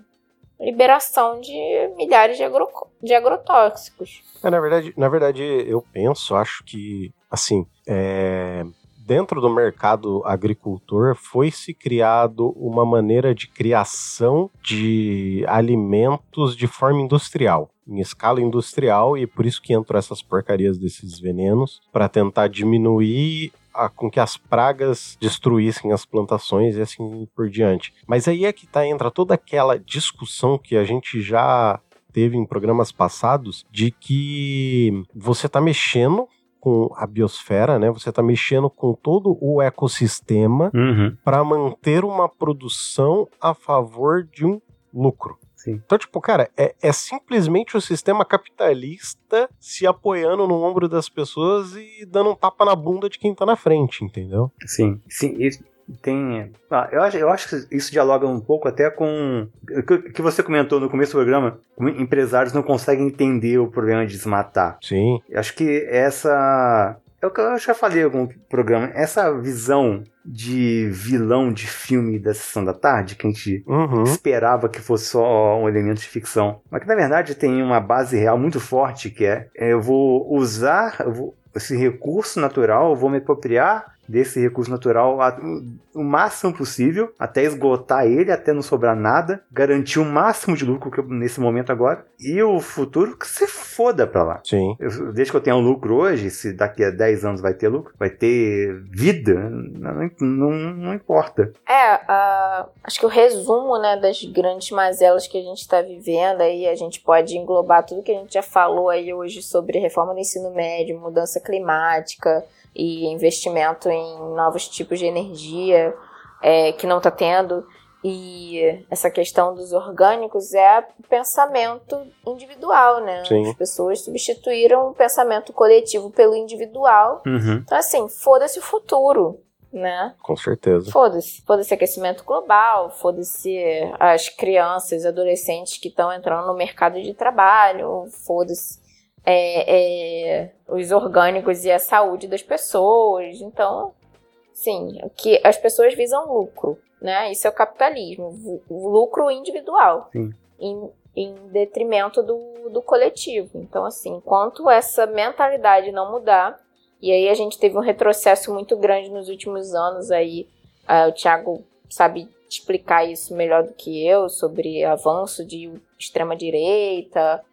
liberação de milhares de agrotóxicos. Na verdade, eu acho que, assim, dentro do mercado agricultor foi-se criado uma maneira de criação de alimentos de forma industrial, em escala industrial, e por isso que entram essas porcarias desses venenos, para tentar diminuir com que as pragas destruíssem as plantações e assim por diante. Mas aí é que entra toda aquela discussão que a gente já teve em programas passados, de que você está mexendo com a biosfera, né? Você está mexendo com todo o ecossistema para manter uma produção a favor de um lucro. Sim. Então, tipo, cara, é simplesmente o sistema capitalista se apoiando no ombro das pessoas e dando um tapa na bunda de quem tá na frente, entendeu? Sim. Eu acho que isso dialoga um pouco até com o que você comentou no começo do programa. Empresários não conseguem entender o problema de desmatar. Sim. Eu acho que eu já falei em algum programa, essa visão de vilão de filme da Sessão da Tarde, que a gente esperava que fosse só um elemento de ficção, mas que na verdade tem uma base real muito forte, que eu vou usar esse recurso natural, eu vou me apropriar desse recurso natural o máximo possível, até esgotar ele, até não sobrar nada, garantir o máximo de lucro nesse momento agora, e o futuro que se foda pra lá. Sim. Desde que eu tenha um lucro hoje, se daqui a 10 anos vai ter lucro, vai ter vida, não importa. Acho que o resumo, né, das grandes mazelas que a gente está vivendo, aí a gente pode englobar tudo que a gente já falou aí hoje sobre reforma do ensino médio, mudança climática e investimento em novos tipos de energia que não está tendo. E essa questão dos orgânicos é o pensamento individual, né? Sim. As pessoas substituíram o pensamento coletivo pelo individual. Uhum. Então, assim, foda-se o futuro, né? Com certeza. Foda-se aquecimento global, foda-se as crianças, adolescentes que estão entrando no mercado de trabalho, foda-se os orgânicos e a saúde das pessoas. Então, sim, que as pessoas visam lucro, né? Isso é o capitalismo, o lucro individual, em detrimento do coletivo. Então, assim, enquanto essa mentalidade não mudar, e aí a gente teve um retrocesso muito grande nos últimos anos aí, o Thiago sabe explicar isso melhor do que eu, sobre avanço de extrema-direita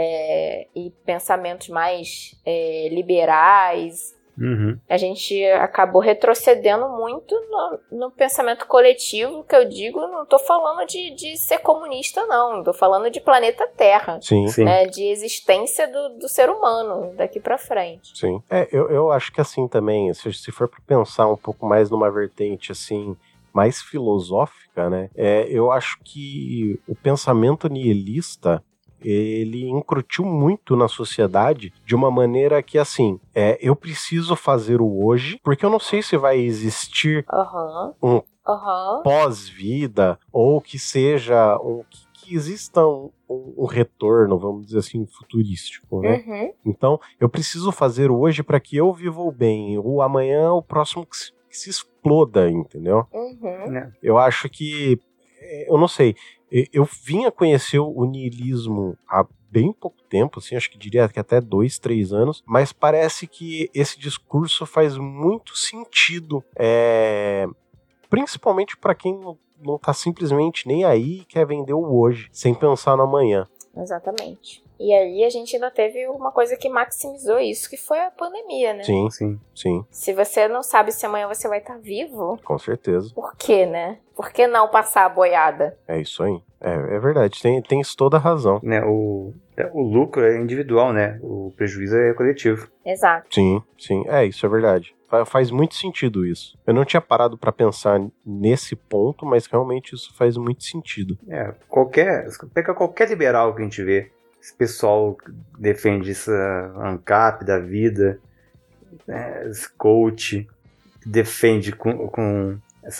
e pensamentos mais liberais. Uhum. A gente acabou retrocedendo muito no pensamento coletivo, que eu digo, não estou falando de ser comunista, não. Estou falando de planeta Terra. Sim. Né, de existência do ser humano daqui para frente. Sim. Eu acho que assim também, se for para pensar um pouco mais numa vertente assim, mais filosófica, né? Eu acho que o pensamento nihilista ele incrutiu muito na sociedade de uma maneira que, assim, eu preciso fazer o hoje, porque eu não sei se vai existir um pós-vida, ou que seja, que exista um retorno, vamos dizer assim, futurístico, né? Uhum. Então, eu preciso fazer o hoje para que eu viva o bem, o amanhã, o próximo que se exploda, entendeu? Uhum. Eu acho que, eu não sei, eu vim a conhecer o niilismo há bem pouco tempo, assim, acho que diria que até 2, 3 anos, mas parece que esse discurso faz muito sentido, principalmente para quem não tá simplesmente nem aí e quer vender o hoje, sem pensar no amanhã. Exatamente. E aí a gente ainda teve uma coisa que maximizou isso, que foi a pandemia, né? Sim. Se você não sabe se amanhã você vai estar vivo... Com certeza. Por quê, né? Por que não passar a boiada? É isso aí. É verdade, tem isso toda a razão. Né, o lucro é individual, né? O prejuízo é coletivo. Exato. Sim. Isso é verdade. Faz muito sentido isso. Eu não tinha parado pra pensar nesse ponto, mas realmente isso faz muito sentido. Pega qualquer liberal que a gente vê. Esse pessoal que defende essa ANCAP da vida, esse coach, que defende com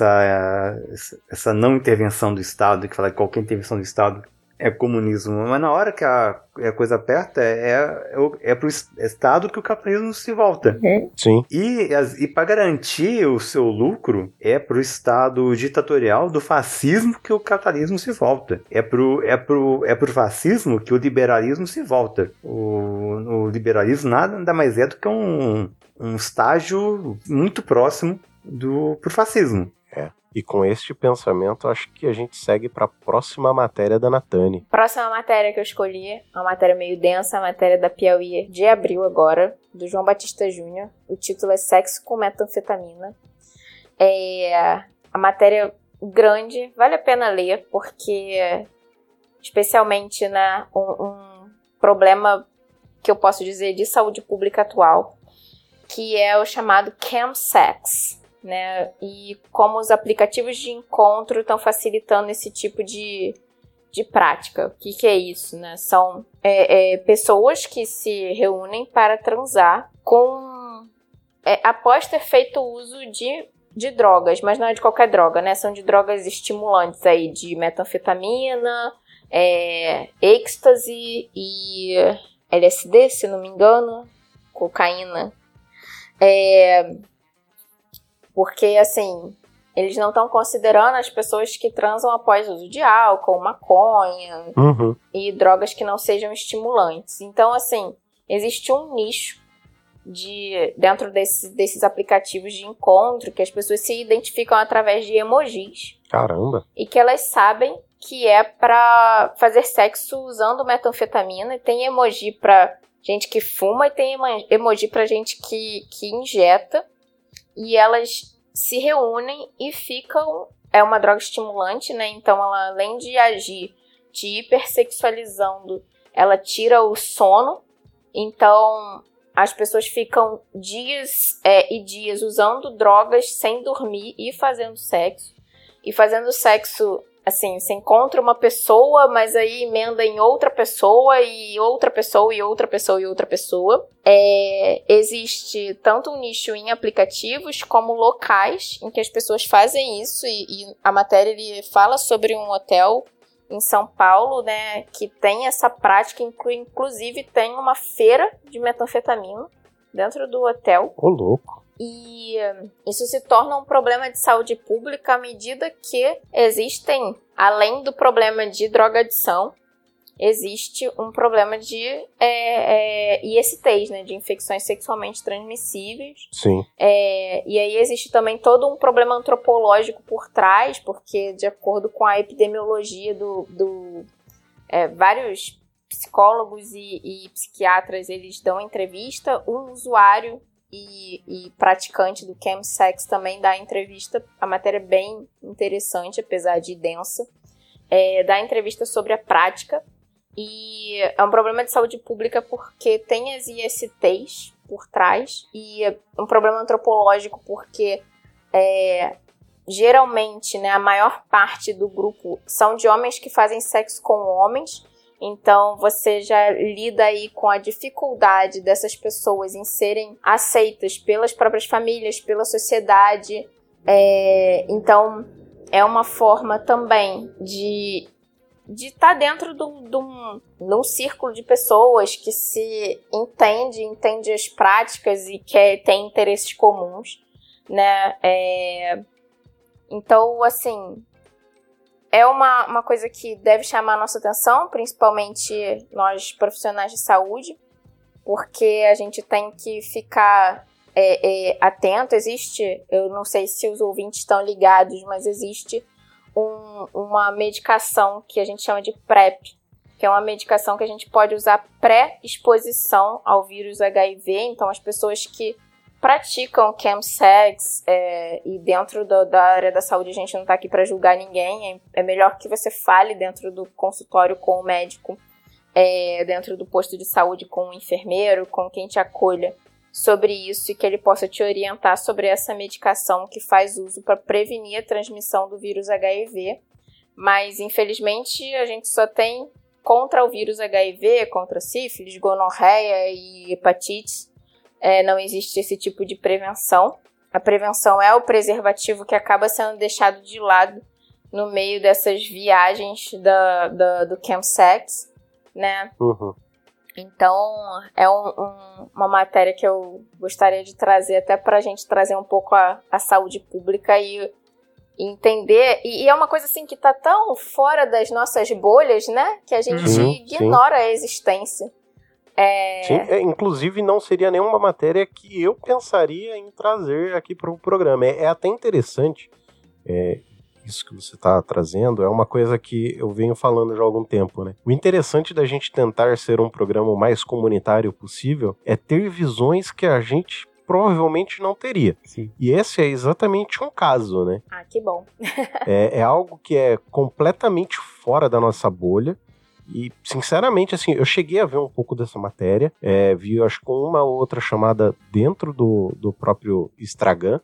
essa não intervenção do Estado, que fala que qualquer intervenção do Estado é comunismo, mas na hora que a coisa aperta, é pro Estado que o capitalismo se volta. Sim. E para garantir o seu lucro, é pro Estado ditatorial do fascismo que o capitalismo se volta. É pro fascismo que o liberalismo se volta. O liberalismo nada mais é do que um estágio muito próximo pro fascismo. E com este pensamento, acho que a gente segue para a próxima matéria da Natane. Próxima matéria que eu escolhi, uma matéria meio densa, a matéria da Piauí de abril agora, do João Batista Júnior. O título é Sexo com Metanfetamina. A matéria grande, vale a pena ler, porque especialmente, né, um problema que eu posso dizer de saúde pública atual, que é o chamado chemsex. Né, e como os aplicativos de encontro estão facilitando esse tipo de prática. O que é isso? Né? São pessoas que se reúnem para transar após ter feito uso de drogas, mas não é de qualquer droga, né? São de drogas estimulantes aí, de metanfetamina, êxtase e LSD, se não me engano, cocaína. Porque, assim, eles não estão considerando as pessoas que transam após o uso de álcool, maconha e drogas que não sejam estimulantes. Então, assim, existe um nicho dentro desses aplicativos de encontro, que as pessoas se identificam através de emojis. Caramba! E que elas sabem que é pra fazer sexo usando metanfetamina. E tem emoji pra gente que fuma e tem emoji pra gente que injeta. E elas se reúnem e ficam... É uma droga estimulante, né? Então, ela, além de agir te hipersexualizando, ela tira o sono. Então, as pessoas ficam dias e dias usando drogas sem dormir e fazendo sexo. E fazendo sexo, assim, você encontra uma pessoa, mas aí emenda em outra pessoa, e outra pessoa, e outra pessoa, e outra pessoa. Existe tanto um nicho em aplicativos como locais em que as pessoas fazem isso. E a matéria ele fala sobre um hotel em São Paulo, né, que tem essa prática, inclusive tem uma feira de metanfetamina dentro do hotel. Ô, louco! E isso se torna um problema de saúde pública à medida que existem, além do problema de drogadição, existe um problema de ISTs, né, de infecções sexualmente transmissíveis. Sim. E aí existe também todo um problema antropológico por trás, porque de acordo com a epidemiologia vários psicólogos e psiquiatras, eles dão entrevista, um usuário e praticante do chemsex também dá entrevista. A matéria é bem interessante, apesar de densa. Dá entrevista sobre a prática. E é um problema de saúde pública porque tem as ISTs por trás. E é um problema antropológico porque geralmente, né, a maior parte do grupo são de homens que fazem sexo com homens. Então, você já lida aí com a dificuldade dessas pessoas em serem aceitas pelas próprias famílias, pela sociedade. Então, é uma forma também de estar dentro de um círculo de pessoas que se entende as práticas e que tem interesses comuns, né? Então, assim... É uma coisa que deve chamar a nossa atenção, principalmente nós profissionais de saúde, porque a gente tem que ficar atento. Existe, eu não sei se os ouvintes estão ligados, mas existe uma medicação que a gente chama de PrEP, que é uma medicação que a gente pode usar pré-exposição ao vírus HIV. Então, as pessoas que praticam chemsex e dentro da área da saúde, a gente não está aqui para julgar ninguém, é melhor que você fale dentro do consultório com o médico, dentro do posto de saúde com o enfermeiro, com quem te acolha sobre isso, e que ele possa te orientar sobre essa medicação que faz uso para prevenir a transmissão do vírus HIV. Mas infelizmente a gente só tem contra o vírus HIV, contra sífilis, gonorreia e hepatite. Não existe esse tipo de prevenção. A prevenção é o preservativo que acaba sendo deixado de lado no meio dessas viagens do chemsex, né? Uhum. Então, é uma matéria que eu gostaria de trazer até para a gente trazer um pouco a saúde pública e entender. E é uma coisa assim que está tão fora das nossas bolhas, né? Que a gente ignora a existência. Sim, inclusive não seria nenhuma matéria que eu pensaria em trazer aqui para o programa. É até interessante, isso que você está trazendo, é uma coisa que eu venho falando já há algum tempo, né? O interessante da gente tentar ser um programa o mais comunitário possível é ter visões que a gente provavelmente não teria. Sim. E esse é exatamente um caso, né? Ah, que bom. É algo que é completamente fora da nossa bolha. E, sinceramente, assim, eu cheguei a ver um pouco dessa matéria, vi, acho que uma ou outra chamada dentro do próprio Instagram,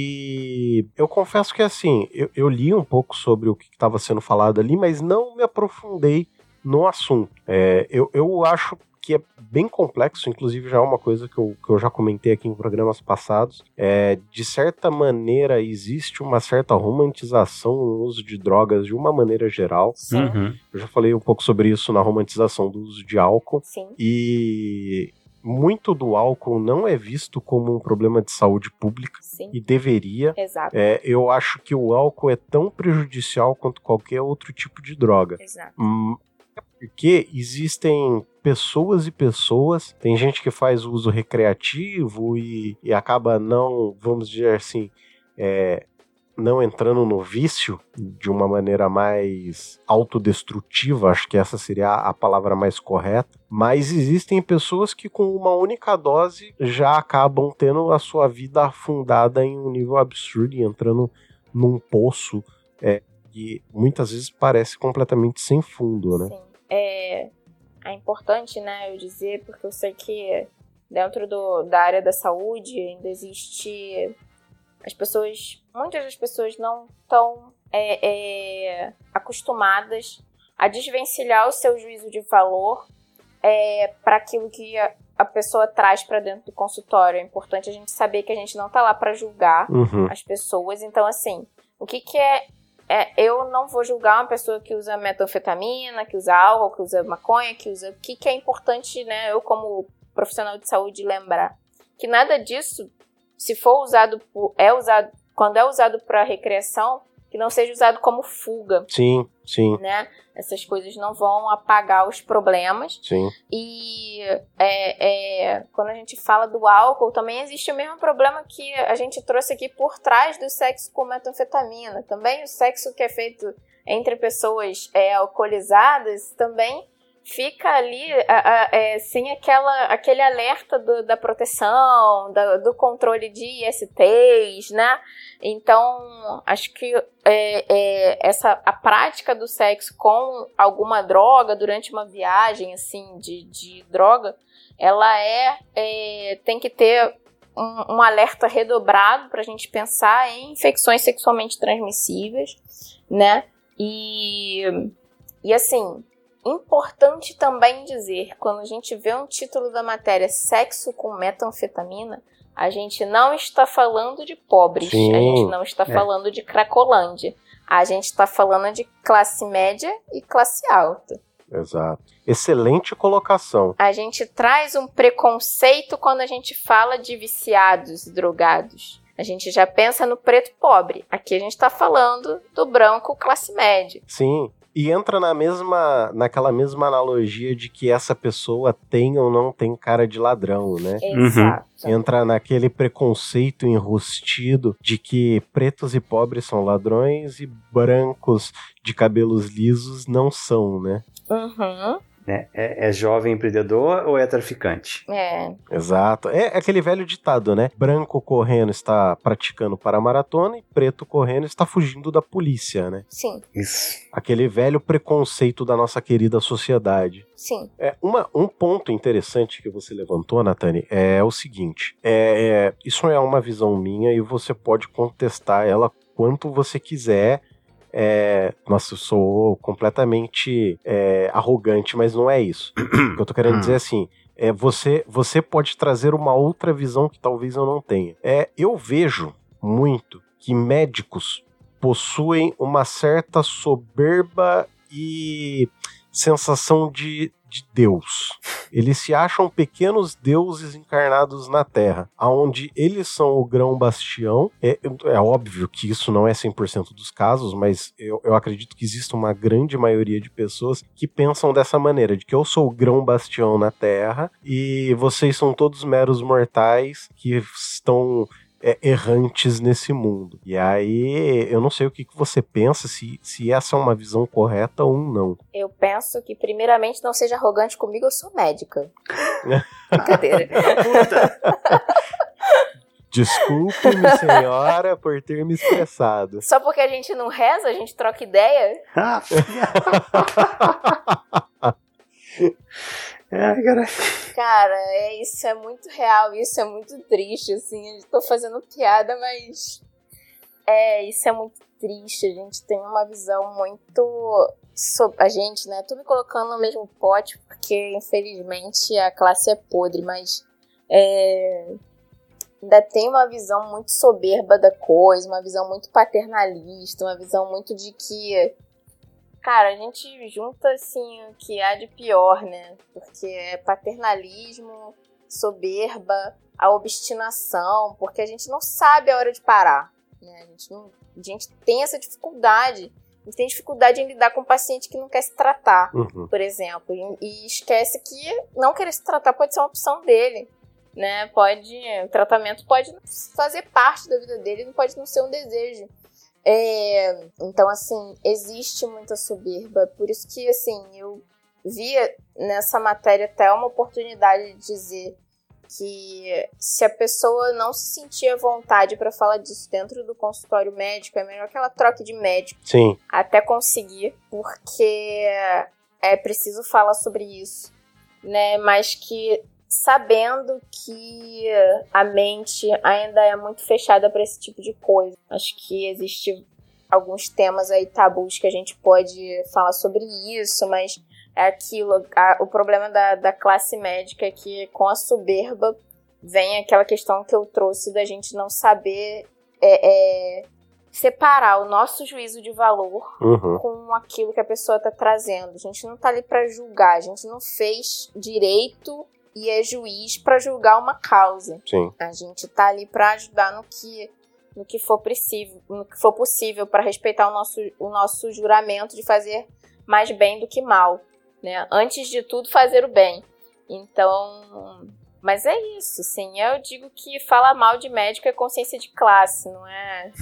e eu confesso que, assim, eu li um pouco sobre o que estava sendo falado ali, mas não me aprofundei no assunto. Eu acho que é bem complexo, inclusive já é uma coisa que eu já comentei aqui em programas passados. De certa maneira, existe uma certa romantização no uso de drogas de uma maneira geral. Uhum. Eu já falei um pouco sobre isso na romantização do uso de álcool. Sim. E muito do álcool não é visto como um problema de saúde pública. Sim. E deveria. Exato. Eu acho que o álcool é tão prejudicial quanto qualquer outro tipo de droga. Exato. Porque existem pessoas e pessoas. Tem gente que faz uso recreativo e acaba não, vamos dizer assim, não entrando no vício de uma maneira mais autodestrutiva, acho que essa seria a palavra mais correta, mas existem pessoas que com uma única dose já acabam tendo a sua vida afundada em um nível absurdo e entrando num poço que muitas vezes parece completamente sem fundo, né? Sim. É importante, né, eu dizer, porque eu sei que dentro da área da saúde ainda existe... muitas das pessoas não estão acostumadas a desvencilhar o seu juízo de valor para aquilo que a pessoa traz para dentro do consultório. É importante a gente saber que a gente não está lá para julgar as pessoas. Então, assim, o que eu não vou julgar uma pessoa que usa metanfetamina, que usa álcool, que usa maconha, que usa... O que é importante, né, eu como profissional de saúde lembrar? Que nada disso, se for usado quando é usado para recreação, que não seja usado como fuga. Sim. Né? Essas coisas não vão apagar os problemas. Sim. E quando a gente fala do álcool, também existe o mesmo problema que a gente trouxe aqui por trás do sexo com metanfetamina. Também o sexo que é feito entre pessoas alcoolizadas também fica ali sem aquele alerta da proteção, do controle de ISTs, né? Então, acho que a prática do sexo com alguma droga durante uma viagem, assim, de droga, ela tem que ter um alerta redobrado para a gente pensar em infecções sexualmente transmissíveis, né? E assim... Importante também dizer, quando a gente vê um título da matéria sexo com metanfetamina, a gente não está falando de pobres, Sim. A gente não está falando de Cracolândia, a gente está falando de classe média e classe alta. Exato. Excelente colocação. A gente traz um preconceito quando a gente fala de viciados e drogados. A gente já pensa no preto pobre. Aqui a gente está falando do branco classe média. Sim. E entra naquela mesma analogia de que essa pessoa tem ou não tem cara de ladrão, né? Exato. Entra naquele preconceito enrustido de que pretos e pobres são ladrões e brancos de cabelos lisos não são, né? É jovem empreendedor ou é traficante? Exato. É aquele velho ditado, né? Branco correndo está praticando paramaratona e preto correndo está fugindo da polícia, né? Sim. Isso. Aquele velho preconceito da nossa querida sociedade. Sim. Um ponto interessante que você levantou, Nathani, é o seguinte. Isso é uma visão minha e você pode contestar ela quanto você quiser. Nossa, eu sou completamente arrogante, mas não é isso. O que eu tô querendo dizer é assim, você pode trazer uma outra visão que talvez eu não tenha. Eu vejo muito que médicos possuem uma certa soberba e sensação de Deus. Eles se acham pequenos deuses encarnados na Terra, onde eles são o grão bastião. É óbvio que isso não é 100% dos casos, mas eu acredito que existe uma grande maioria de pessoas que pensam dessa maneira, de que eu sou o grão bastião na Terra e vocês são todos meros mortais que estão... errantes nesse mundo. E aí, eu não sei o que você pensa, se essa é uma visão correta ou não. Eu penso que, primeiramente, não seja arrogante comigo, eu sou médica. Brincadeira. Desculpe-me, senhora, por ter me expressado. Só porque a gente não reza, a gente troca ideia? Cara, isso é muito real, isso é muito triste, assim, eu tô fazendo piada, mas isso é muito triste, a gente tem uma visão muito sobre a gente, né, tô me colocando no mesmo pote, porque infelizmente a classe é podre, mas ainda tem uma visão muito soberba da coisa, uma visão muito paternalista, uma visão muito de que... Cara, a gente junta, assim, o que há de pior, né? Porque é paternalismo, soberba, a obstinação, porque a gente não sabe a hora de parar, né? A gente tem essa dificuldade E tem dificuldade em lidar com um paciente que não quer se tratar, por exemplo. E esquece que não querer se tratar pode ser uma opção dele, né? O tratamento pode fazer parte da vida dele, não pode não ser um desejo. Então, assim, existe muita soberba. Por isso que, assim, eu via nessa matéria até uma oportunidade de dizer que se a pessoa não se sentir à vontade para falar disso dentro do consultório médico, é melhor que ela troque de médico. Sim. Até conseguir, porque é preciso falar sobre isso, né? Mas que sabendo que a mente ainda é muito fechada para esse tipo de coisa. Acho que existe alguns temas aí tabus que a gente pode falar sobre isso, mas é aquilo, o problema da classe médica é que com a soberba vem aquela questão que eu trouxe da gente não saber separar o nosso juízo de valor com aquilo que a pessoa está trazendo. A gente não está ali para julgar, a gente não fez direito e é juiz para julgar uma causa. Sim. A gente está ali para ajudar no que for possível para respeitar o nosso juramento de fazer mais bem do que mal. Né? Antes de tudo, fazer o bem. Então, mas é isso, sim. Eu digo que falar mal de médico é consciência de classe, não é?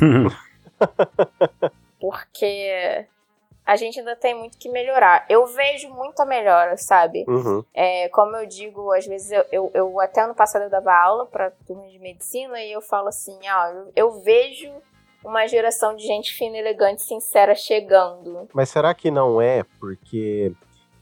Porque a gente ainda tem muito que melhorar. Eu vejo muita melhora, sabe? Como eu digo, às vezes eu até ano passado eu dava aula para turma de medicina e eu falo assim, eu vejo uma geração de gente fina, elegante, sincera chegando. Mas será que não é porque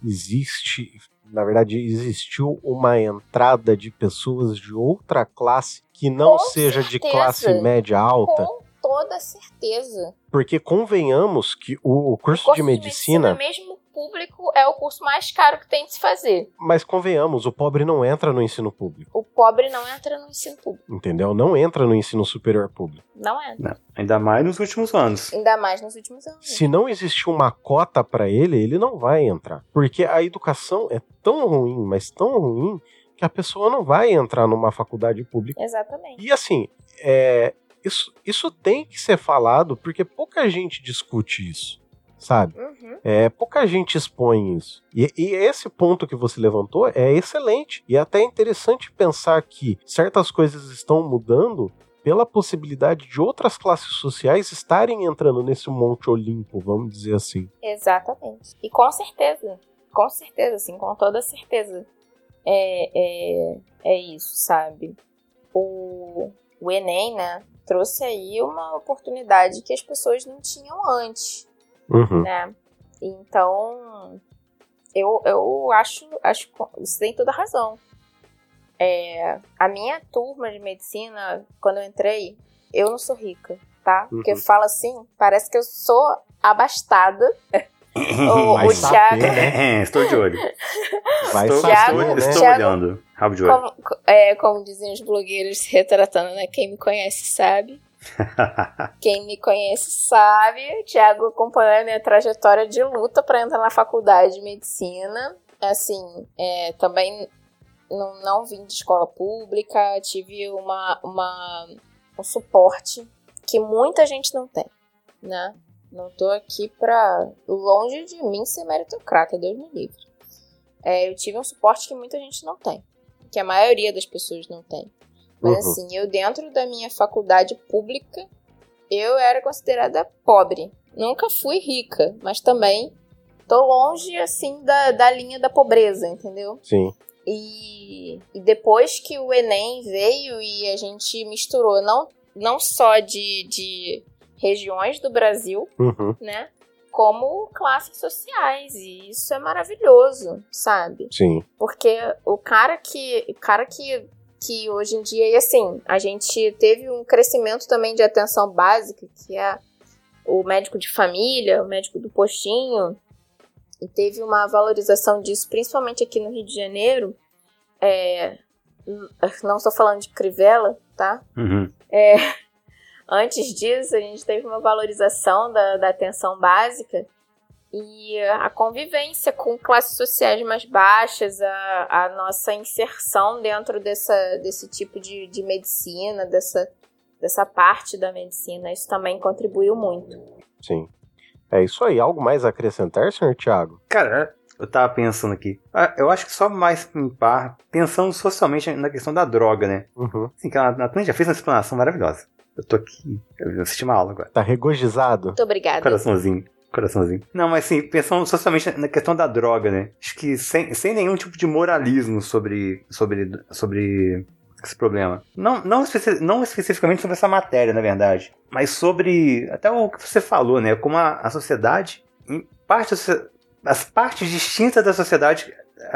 existiu uma entrada de pessoas de outra classe que não seja de classe média alta? Com toda certeza. Porque convenhamos que o curso de medicina mesmo público é o curso mais caro que tem de se fazer. Mas convenhamos, o pobre não entra no ensino público. O pobre não entra no ensino público. Entendeu? Não entra no ensino superior público. Não entra. Não. Ainda mais nos últimos anos. Se não existir uma cota pra ele não vai entrar. Porque a educação é tão ruim, mas tão ruim, que a pessoa não vai entrar numa faculdade pública. Exatamente. E assim, isso tem que ser falado, porque pouca gente discute isso. Sabe? Pouca gente expõe isso. E esse ponto que você levantou é excelente. E é até interessante pensar que certas coisas estão mudando pela possibilidade de outras classes sociais estarem entrando nesse Monte Olimpo, vamos dizer assim. Exatamente. E com certeza, assim, com toda certeza. É isso, sabe? O Enem, né, trouxe aí uma oportunidade que as pessoas não tinham antes. Né? Então eu acho você tem toda a razão. A minha turma de medicina, quando eu entrei, eu não sou rica, tá? Porque eu falo assim, parece que eu sou abastada. O Thiago, né? Estou de olho. Estou olhando. Rabo de olho. Como dizem os blogueiros se retratando, né? Quem me conhece sabe. Quem me conhece sabe, o Thiago acompanhou a minha trajetória de luta para entrar na faculdade de medicina. Assim, também não vim de escola pública, tive um suporte que muita gente não tem, né? Não tô aqui pra longe de mim ser meritocrata, Deus me livre. Eu tive um suporte que muita gente não tem, que a maioria das pessoas não tem. Mas assim, eu dentro da minha faculdade pública, eu era considerada pobre. Nunca fui rica, mas também tô longe, assim, da linha da pobreza, entendeu? Sim. E depois que o Enem veio e a gente misturou não só de regiões do Brasil, né? Como classes sociais. E isso é maravilhoso, sabe? Sim. Porque o cara que hoje em dia, e assim, a gente teve um crescimento também de atenção básica, que é o médico de família, o médico do postinho, e teve uma valorização disso, principalmente aqui no Rio de Janeiro. Não estou falando de Crivella, tá? Antes disso, a gente teve uma valorização da atenção básica e a convivência com classes sociais mais baixas, a nossa inserção dentro desse tipo de medicina, dessa parte da medicina, isso também contribuiu muito. Sim. É isso aí. Algo mais a acrescentar, senhor Thiago? Cara, eu tava pensando aqui. Eu acho que só mais pensando socialmente na questão da droga, né? Uhum. Assim, que a Nathan já fez uma explanação maravilhosa. Eu tô aqui, eu assisti uma aula agora. Tá regozijado? Muito obrigada. Coraçãozinho. Não, mas assim, pensando socialmente na questão da droga, né? Acho que sem nenhum tipo de moralismo sobre esse problema. Não especificamente sobre essa matéria, na verdade. Mas sobre até o que você falou, né? Como a sociedade, as partes distintas da sociedade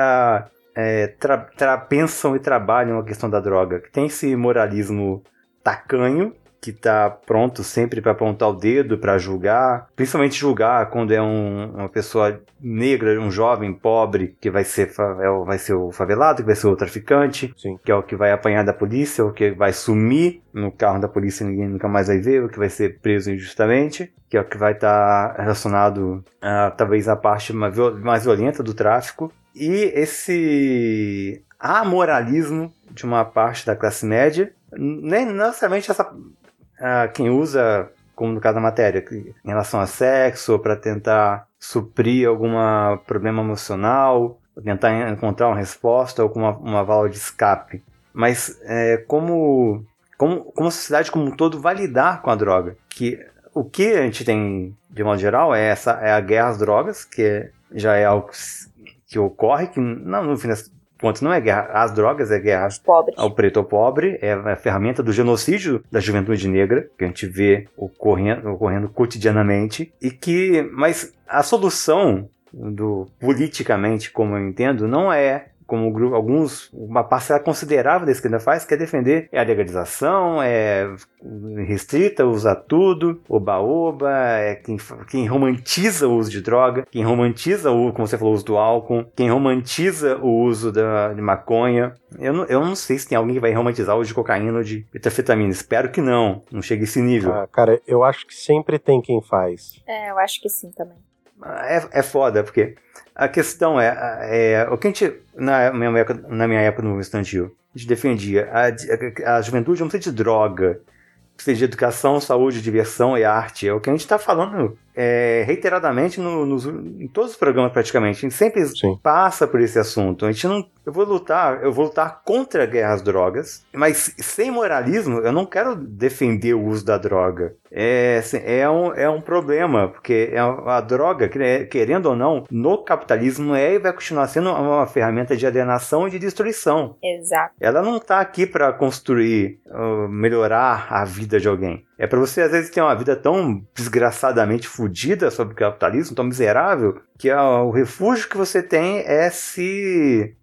pensam e trabalham a questão da droga. Que tem esse moralismo tacanho, que tá pronto sempre para apontar o dedo, para julgar, principalmente julgar quando é uma pessoa negra, um jovem pobre, que vai ser o favelado, que vai ser o traficante, Sim. Que é o que vai apanhar da polícia, o que vai sumir no carro da polícia e ninguém nunca mais vai ver, o que vai ser preso injustamente, que é o que vai estar relacionado talvez à parte mais violenta do tráfico. E esse amoralismo de uma parte da classe média, nem necessariamente quem usa, como no caso da matéria, em relação a sexo, para tentar suprir algum problema emocional, tentar encontrar uma resposta ou uma válvula de escape. Mas como a sociedade como um todo vai lidar com a droga. O que a gente tem, de modo geral, é a guerra às drogas, que já é algo que ocorre, que no fim das contas não é guerra às drogas, é guerra ao preto ou pobre, é a ferramenta do genocídio da juventude negra, que a gente vê ocorrendo cotidianamente, mas a solução politicamente, como eu entendo, não é como uma parcela considerável da esquerda faz, que é defender a legalização, restrita, usa tudo, oba-oba, quem romantiza o uso de droga, quem romantiza como você falou, o uso do álcool, quem romantiza o uso de maconha. Eu não sei se tem alguém que vai romantizar o uso de cocaína ou de metanfetamina. Espero que não chegue a esse nível. Cara, eu acho que sempre tem quem faz. Eu acho que sim também. É foda, porque a questão o que a gente, na minha época no estudantil, a gente defendia a juventude não precisa de droga, precisa de educação, saúde, diversão e arte. É o que a gente está falando reiteradamente em todos os programas praticamente. A gente sempre passa por esse assunto. Eu vou lutar contra a guerra às drogas, mas sem moralismo. Eu não quero defender o uso da droga. É um problema, porque a droga, querendo ou não, no capitalismo e vai continuar sendo uma ferramenta de alienação e de destruição. Exato. Ela não está aqui para construir, melhorar a vida de alguém. É para você, às vezes, ter uma vida tão desgraçadamente fodida sobre o capitalismo, tão miserável, que o refúgio que você tem é se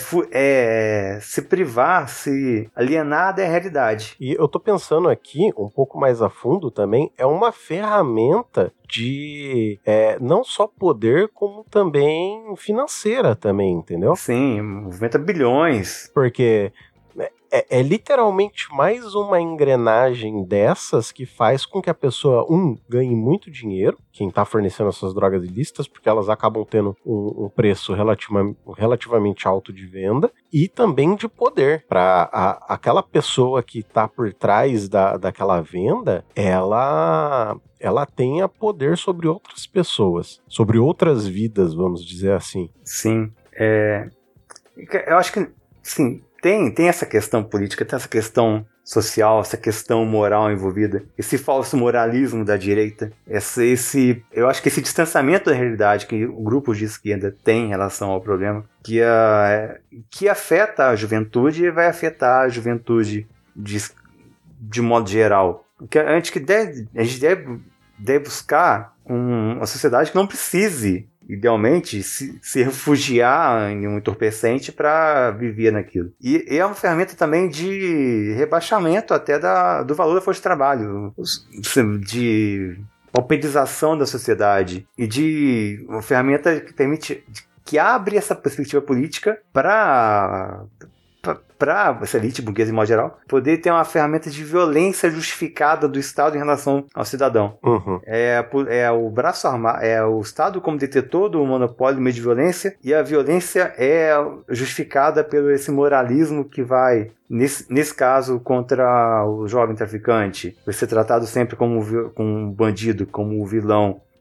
privar, se alienar da realidade. E eu tô pensando aqui, um pouco mais a fundo também, é uma ferramenta de não só poder, como também financeira também, entendeu? Sim, movimenta bilhões. Porque é literalmente mais uma engrenagem dessas que faz com que a pessoa, ganhe muito dinheiro, quem tá fornecendo essas drogas ilícitas, porque elas acabam tendo um preço relativamente alto de venda, e também de poder. Para aquela pessoa que tá por trás daquela venda, ela tenha poder sobre outras pessoas, sobre outras vidas, vamos dizer assim. Sim. Eu acho que, sim, tem essa questão política, tem essa questão social, essa questão moral envolvida, esse falso moralismo da direita, eu acho que esse distanciamento da realidade que o grupo de esquerda tem em relação ao problema, que afeta a juventude e vai afetar a juventude de modo geral. A gente deve buscar uma sociedade que não precise, idealmente, se refugiar em um entorpecente para viver naquilo. E é uma ferramenta também de rebaixamento até do valor da força de trabalho, de pauperização da sociedade e de uma ferramenta que abre essa perspectiva política para essa elite burguesa, em modo geral, poder ter uma ferramenta de violência justificada do Estado em relação ao cidadão. Uhum. O braço armado, o Estado como detetor do monopólio do meio de violência, e a violência é justificada pelo esse moralismo que vai, nesse caso, contra o jovem traficante. Vai ser tratado sempre como um bandido, como um vilão.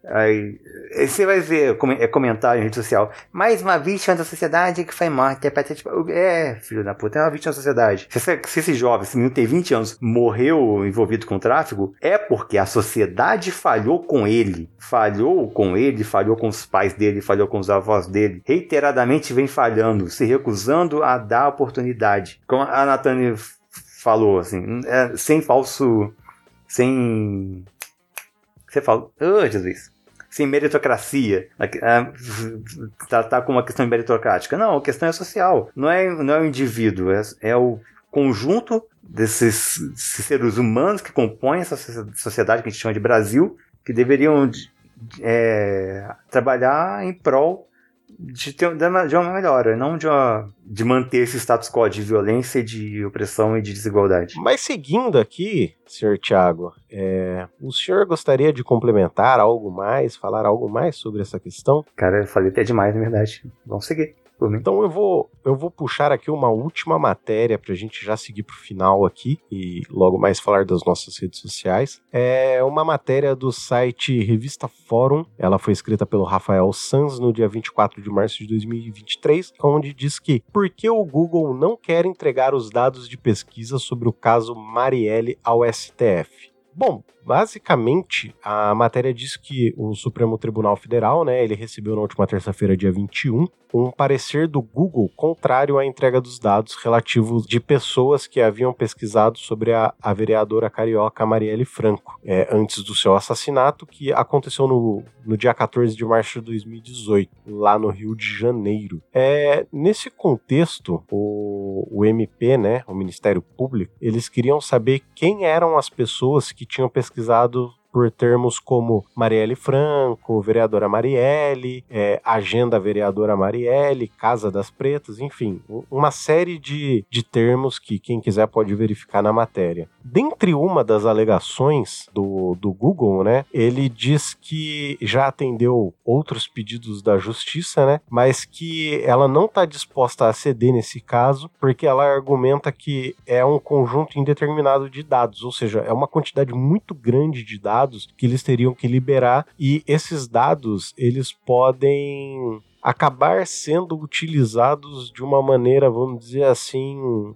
Aí você vai ver comentário em rede social. Mais uma vítima da sociedade que foi morta. Filho da puta, é uma vítima da sociedade. Se esse jovem, esse menino tem 20 anos, morreu envolvido com tráfico, é porque a sociedade falhou com ele. Falhou com os pais dele, falhou com os avós dele. Reiteradamente vem falhando, se recusando a dar oportunidade. Como a Nathane falou, assim, sem falso... Sem... Você fala... Jesus... Sem meritocracia, tratar como uma questão meritocrática. Não, a questão é social. Não é o indivíduo, é o conjunto desses seres humanos que compõem essa sociedade que a gente chama de Brasil, que deveriam trabalhar em prol de uma melhora, não de manter esse status quo de violência, de opressão e de desigualdade. Mas seguindo aqui, senhor Thiago, o senhor gostaria de complementar algo mais, falar algo mais sobre essa questão? Cara, eu falei até demais, na verdade. Vamos seguir. Então eu vou puxar aqui uma última matéria pra gente já seguir pro final aqui e logo mais falar das nossas redes sociais. É uma matéria do site Revista Fórum. Ela foi escrita pelo Rafael Sanz no dia 24 de março de 2023, onde diz que por que o Google não quer entregar os dados de pesquisa sobre o caso Marielle ao STF? Bom, basicamente, a matéria diz que o Supremo Tribunal Federal, ele recebeu na última terça-feira, dia 21, um parecer do Google contrário à entrega dos dados relativos de pessoas que haviam pesquisado sobre a vereadora carioca Marielle Franco, antes do seu assassinato, que aconteceu no dia 14 de março de 2018, lá no Rio de Janeiro. Nesse contexto, o MP, o Ministério Público, eles queriam saber quem eram as pessoas que tinham pesquisado por termos como Marielle Franco, vereadora Marielle, agenda vereadora Marielle, Casa das Pretas, enfim, uma série de termos que quem quiser pode verificar na matéria. Dentre uma das alegações do Google, ele diz que já atendeu outros pedidos da justiça, mas que ela não está disposta a ceder nesse caso, porque ela argumenta que é um conjunto indeterminado de dados, ou seja, é uma quantidade muito grande de dados que eles teriam que liberar, e esses dados eles podem acabar sendo utilizados de uma maneira, vamos dizer assim,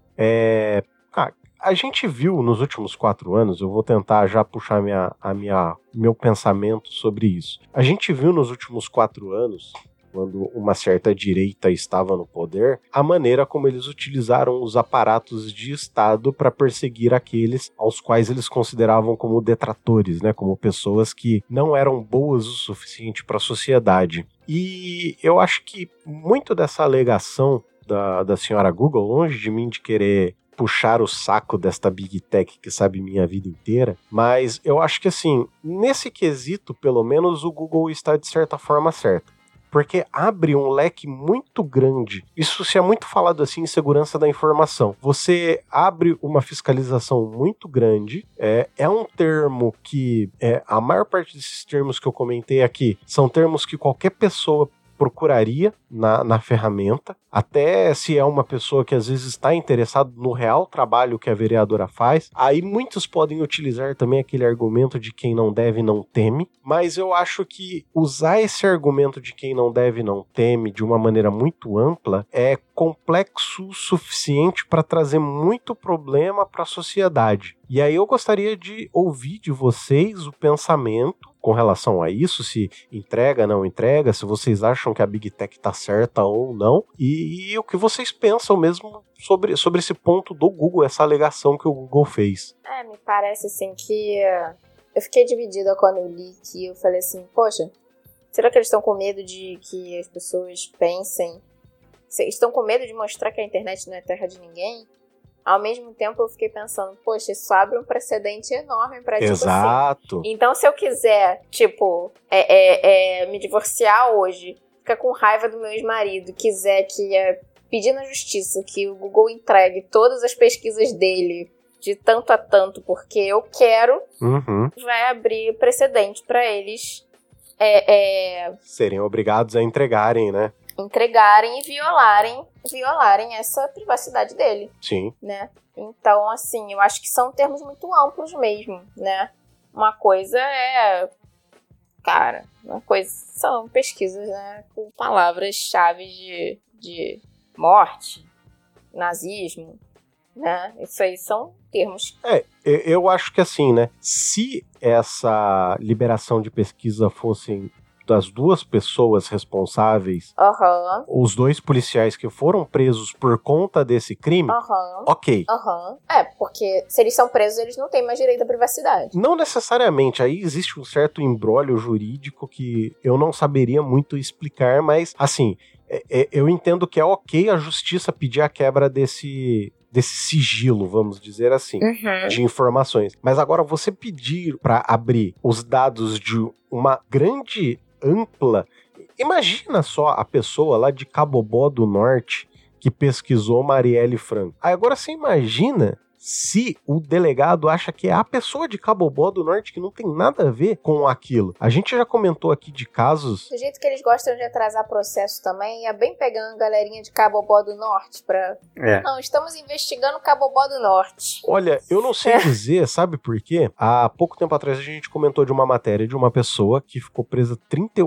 a gente viu nos últimos 4 anos, eu vou tentar já puxar meu pensamento sobre isso. A gente viu nos últimos 4 anos, quando uma certa direita estava no poder, a maneira como eles utilizaram os aparatos de Estado para perseguir aqueles aos quais eles consideravam como detratores, como pessoas que não eram boas o suficiente para a sociedade. E eu acho que muito dessa alegação da senhora Google, longe de mim de querer puxar o saco desta Big Tech que sabe minha vida inteira, mas eu acho que assim, nesse quesito, pelo menos o Google está de certa forma certo. Porque abre um leque muito grande. Isso se é muito falado assim em segurança da informação. Você abre uma fiscalização muito grande. É um termo que... a maior parte desses termos que eu comentei aqui são termos que qualquer pessoa procuraria na ferramenta, até se é uma pessoa que às vezes está interessado no real trabalho que a vereadora faz. Aí muitos podem utilizar também aquele argumento de quem não deve não teme, mas eu acho que usar esse argumento de quem não deve não teme de uma maneira muito ampla é complexo o suficiente para trazer muito problema para a sociedade. E aí eu gostaria de ouvir de vocês o pensamento com relação a isso, se entrega, não entrega, se vocês acham que a Big Tech está certa ou não, e o que vocês pensam mesmo sobre esse ponto do Google, essa alegação que o Google fez. Me parece assim que eu fiquei dividida quando eu li, que eu falei assim, poxa, será que eles estão com medo de que as pessoas pensem, estão com medo de mostrar que a internet não é terra de ninguém? Ao mesmo tempo eu fiquei pensando, poxa, isso abre um precedente enorme pra, Exato. Assim. Então se eu quiser, me divorciar hoje, ficar com raiva do meu ex-marido, quiser pedir na justiça que o Google entregue todas as pesquisas dele de tanto a tanto, porque eu quero, vai abrir precedente pra eles serem obrigados a entregarem, entregarem e violarem essa privacidade dele. Sim. Então, assim, eu acho que são termos muito amplos mesmo, Uma coisa é cara, uma coisa, são pesquisas, né, com palavras-chave de morte, nazismo, né? Isso aí são termos. Eu acho que assim, né? Se essa liberação de pesquisa fossem das duas pessoas responsáveis, os dois policiais que foram presos por conta desse crime, ok. Porque se eles são presos, eles não têm mais direito à privacidade. Não necessariamente, aí existe um certo imbróglio jurídico que eu não saberia muito explicar, mas, assim, eu entendo que é ok a justiça pedir a quebra desse sigilo, vamos dizer assim, de informações. Mas agora você pedir para abrir os dados de uma grande, ampla... Imagina só a pessoa lá de Cabobó do Norte que pesquisou Marielle Franco. Aí agora você imagina se o delegado acha que é a pessoa de Cabobó do Norte que não tem nada a ver com aquilo. A gente já comentou aqui de casos... Do jeito que eles gostam de atrasar processo também, é bem pegando a galerinha de Cabobó do Norte pra... Não, estamos investigando Cabobó do Norte. Olha, eu não sei dizer, sabe por quê? Há pouco tempo atrás a gente comentou de uma matéria de uma pessoa que ficou presa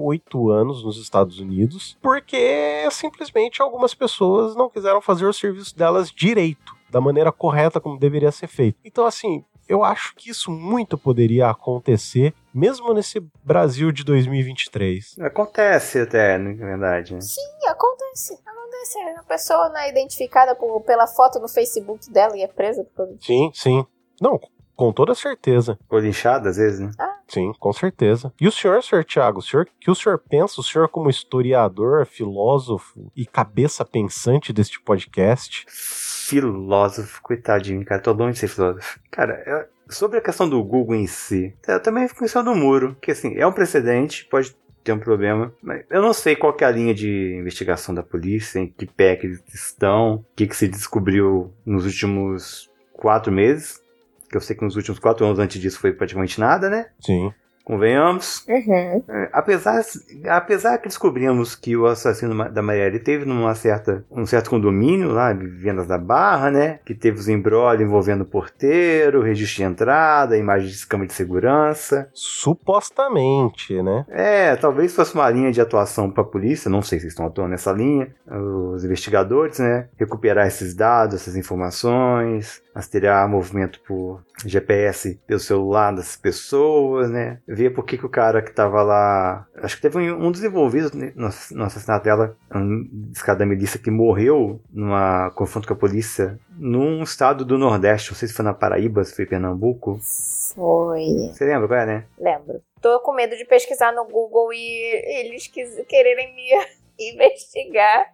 38 anos nos Estados Unidos porque simplesmente algumas pessoas não quiseram fazer o serviço delas direito, da maneira correta como deveria ser feito. Então, assim, eu acho que isso muito poderia acontecer, mesmo nesse Brasil de 2023. Acontece até, na verdade. Né? Sim, acontece. A pessoa não é identificada pela foto no Facebook dela e é presa por... Sim. Não, com toda certeza. Ou linchada, às vezes, né? Sim, com certeza. E o senhor Thiago, o que o senhor pensa, o senhor como historiador, filósofo e cabeça pensante deste podcast? Filósofo, coitadinho, cara, tô longe de ser filósofo. Cara, sobre a questão do Google em si, eu também fico em cima do muro, que assim, é um precedente, pode ter um problema, mas eu não sei qual que é a linha de investigação da polícia, em que pé que eles estão, o que se descobriu nos últimos 4 meses, que eu sei que nos últimos 4 anos antes disso foi praticamente nada, né? Sim. Convenhamos. Apesar que descobrimos que o assassino da Marielle teve um certo condomínio lá, Vendas da Barra, né? Que teve os embrólios envolvendo o porteiro, registro de entrada, imagem de câmera de segurança. Supostamente, né? Talvez fosse uma linha de atuação para a polícia, não sei se estão atuando nessa linha, os investigadores, né? Recuperar esses dados, essas informações, rastrear movimento por GPS pelo celular das pessoas, né? Ver por que o cara que tava lá... Acho que teve um dos envolvidos no assassinato dela, esse cara da milícia que morreu numa confronto com a polícia num estado do Nordeste. Não sei se foi na Paraíba, se foi em Pernambuco. Foi. Você lembra qual é, né? Lembro. Tô com medo de pesquisar no Google e eles quererem me investigar.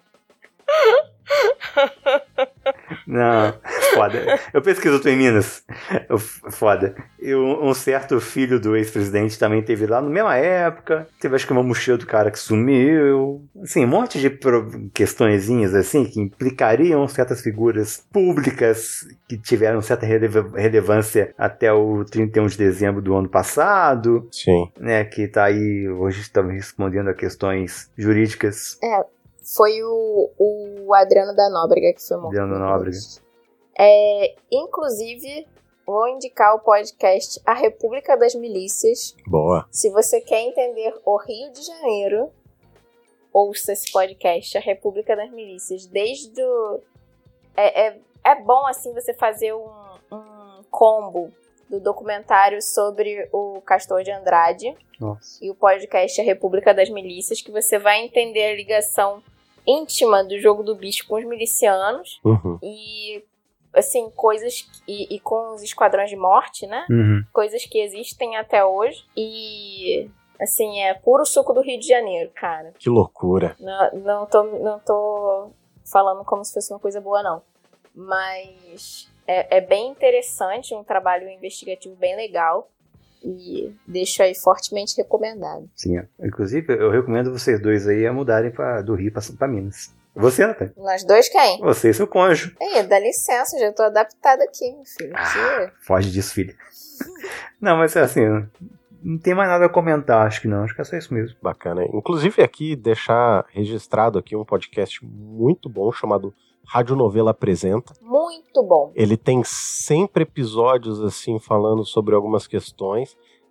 Não, foda. Eu pesquiso em Minas. Foda. Um certo filho do ex-presidente também teve lá na mesma época. Teve acho que uma mochila do cara que sumiu. Assim, um monte de questõezinhas assim que implicariam certas figuras públicas que tiveram certa relevância até o 31 de dezembro do ano passado. Sim. Né, que tá aí hoje estamos respondendo a questões jurídicas. Foi o Adriano da Nóbrega que foi morto. Adriano da Nóbrega. Inclusive, vou indicar o podcast A República das Milícias. Boa. Se você quer entender o Rio de Janeiro, ouça esse podcast, A República das Milícias. Desde o... É bom, assim, você fazer um combo do documentário sobre o Castor de Andrade. Nossa. E o podcast A República das Milícias, que você vai entender a ligação íntima do Jogo do Bicho com os milicianos. E, assim, coisas... E com os esquadrões de morte, né? Coisas que existem até hoje. E, assim, é puro suco do Rio de Janeiro, cara. Que loucura. Não tô falando como se fosse uma coisa boa, não. Mas é bem interessante, um trabalho investigativo bem legal. E deixo aí fortemente recomendado. Sim, inclusive eu recomendo vocês dois aí a mudarem do Rio pra Minas. Você, Natália? Nós dois quem? Você e seu cônjuge. Dá licença, já tô adaptada aqui, meu filho. Foge disso, filho. Não, mas assim, não tem mais nada a comentar, acho que não. Acho que é só isso mesmo. Bacana. Inclusive aqui, deixar registrado aqui um podcast muito bom chamado Radionovela Apresenta. Muito bom. Ele tem sempre episódios assim falando sobre algumas questões.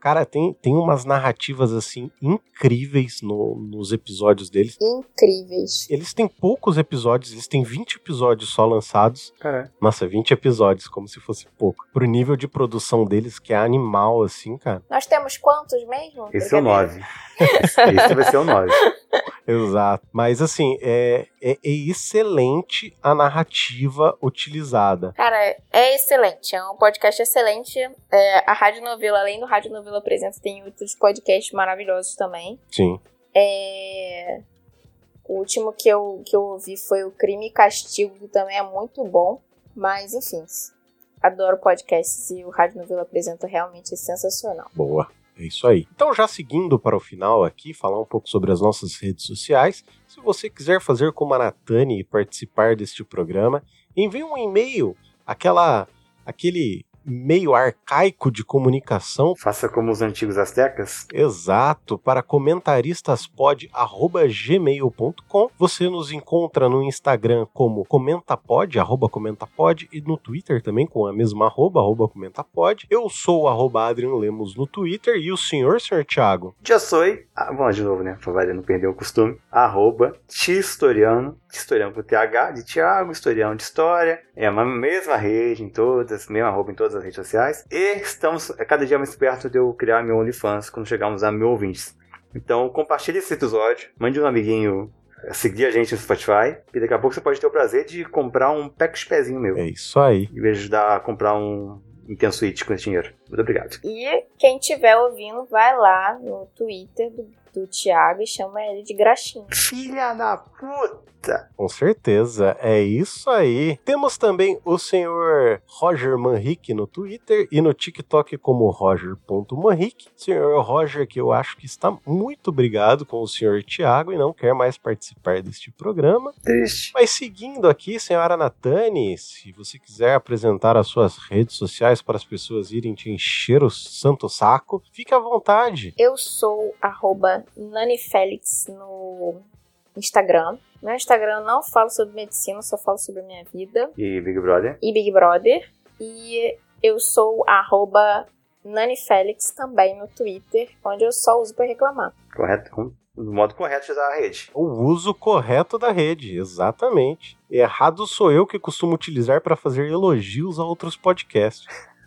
Cara, tem umas narrativas, assim, incríveis nos episódios deles. Incríveis. Eles têm poucos episódios, eles têm 20 episódios só lançados. Caralho. Nossa, 20 episódios, como se fosse pouco. Pro nível de produção deles, que é animal, assim, cara. Nós temos quantos mesmo? Esse é o 9. Esse vai ser o 9. Exato. Mas, assim, é excelente a narrativa utilizada. Cara, é excelente. É um podcast excelente. A Rádio Novela, além do Rádio Novela Apresenta, tem outros podcasts maravilhosos também. Sim. O último que eu ouvi foi o Crime e Castigo, que também é muito bom. Mas, enfim, adoro podcasts e o Rádio Novela Apresenta realmente é sensacional. Boa. É isso aí. Então, já seguindo para o final aqui, falar um pouco sobre as nossas redes sociais. Se você quiser fazer como a Natane e participar deste programa, envie um e-mail, aquele meio arcaico de comunicação. Faça como os antigos astecas. Exato, para comentaristas.pod@gmail.com. Você nos encontra no Instagram como comentapod, @comentapod, e no Twitter também com a mesma @comentapod. Eu sou o Adrian Lemos no Twitter, e o senhor Thiago? Já sou. Vamos de novo, né? Para não perder o costume. @tistoriano, historiano com TH, de Thiago, historiano de história. É a mesma rede em todas, mesma arroba em todas as redes sociais. E estamos cada dia mais perto de eu criar meu OnlyFans quando chegarmos a 1.000 ouvintes. Então compartilhe esse episódio, mande um amiguinho seguir a gente no Spotify, e daqui a pouco você pode ter o prazer de comprar um pack pezinho meu. É isso aí. Em vez de ajudar a comprar um Nintendo Switch com esse dinheiro. Muito obrigado. E quem estiver ouvindo, vai lá no Twitter do Thiago e chama ele de Graxinha. Filha da puta! Com certeza, é isso aí. Temos também o senhor Roger Manrique no Twitter e no TikTok como Roger.Manrique. Senhor Roger, que eu acho que está muito brigado com o senhor Thiago e não quer mais participar deste programa. Triste. Mas seguindo aqui, senhora Natane, se você quiser apresentar as suas redes sociais para as pessoas irem te encher o santo saco, fique à vontade. Eu sou @NaniFélix no Instagram. No Instagram eu não falo sobre medicina, só falo sobre a minha vida. E Big Brother. E eu sou @NaniFélix também no Twitter, onde eu só uso para reclamar. Correto? No modo correto de usar a rede. O uso correto da rede, exatamente. Errado sou eu que costumo utilizar para fazer elogios a outros podcasts.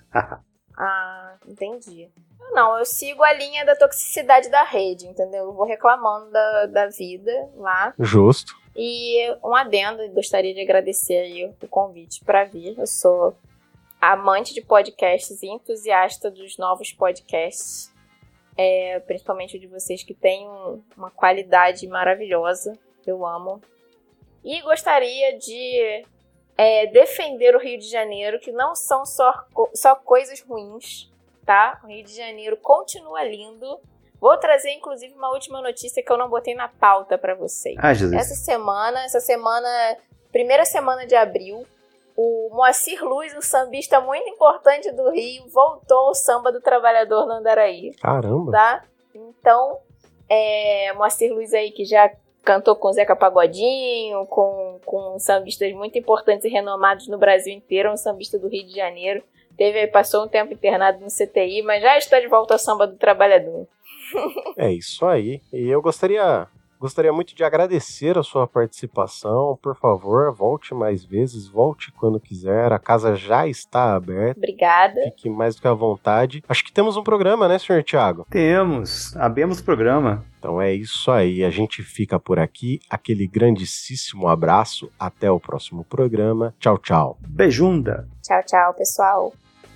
Entendi. Não, eu sigo a linha da toxicidade da rede, entendeu? Eu vou reclamando da vida lá. Justo. E um adendo, gostaria de agradecer aí o convite para vir. Eu sou amante de podcasts e entusiasta dos novos podcasts, principalmente de vocês que têm uma qualidade maravilhosa. Eu amo. E gostaria de defender o Rio de Janeiro, que não são só coisas ruins, tá? O Rio de Janeiro continua lindo. Vou trazer, inclusive, uma última notícia que eu não botei na pauta pra vocês. Jesus. Essa semana, primeira semana de abril, o Moacir Luz, um sambista muito importante do Rio, voltou ao Samba do Trabalhador no Andaraí. Caramba! Tá? Então, Moacir Luz aí, que já cantou com Zeca Pagodinho, com sambistas muito importantes e renomados no Brasil inteiro, um sambista do Rio de Janeiro. Passou um tempo internado no CTI, mas já está de volta ao Samba do Trabalhador. É isso aí. E eu gostaria muito de agradecer a sua participação. Por favor, volte mais vezes, volte quando quiser. A casa já está aberta. Obrigada. Fique mais do que à vontade. Acho que temos um programa, né, senhor Thiago? Temos. Abemos o programa. Então é isso aí. A gente fica por aqui. Aquele grandíssimo abraço. Até o próximo programa. Tchau, tchau. Beijunda. Tchau, tchau, pessoal.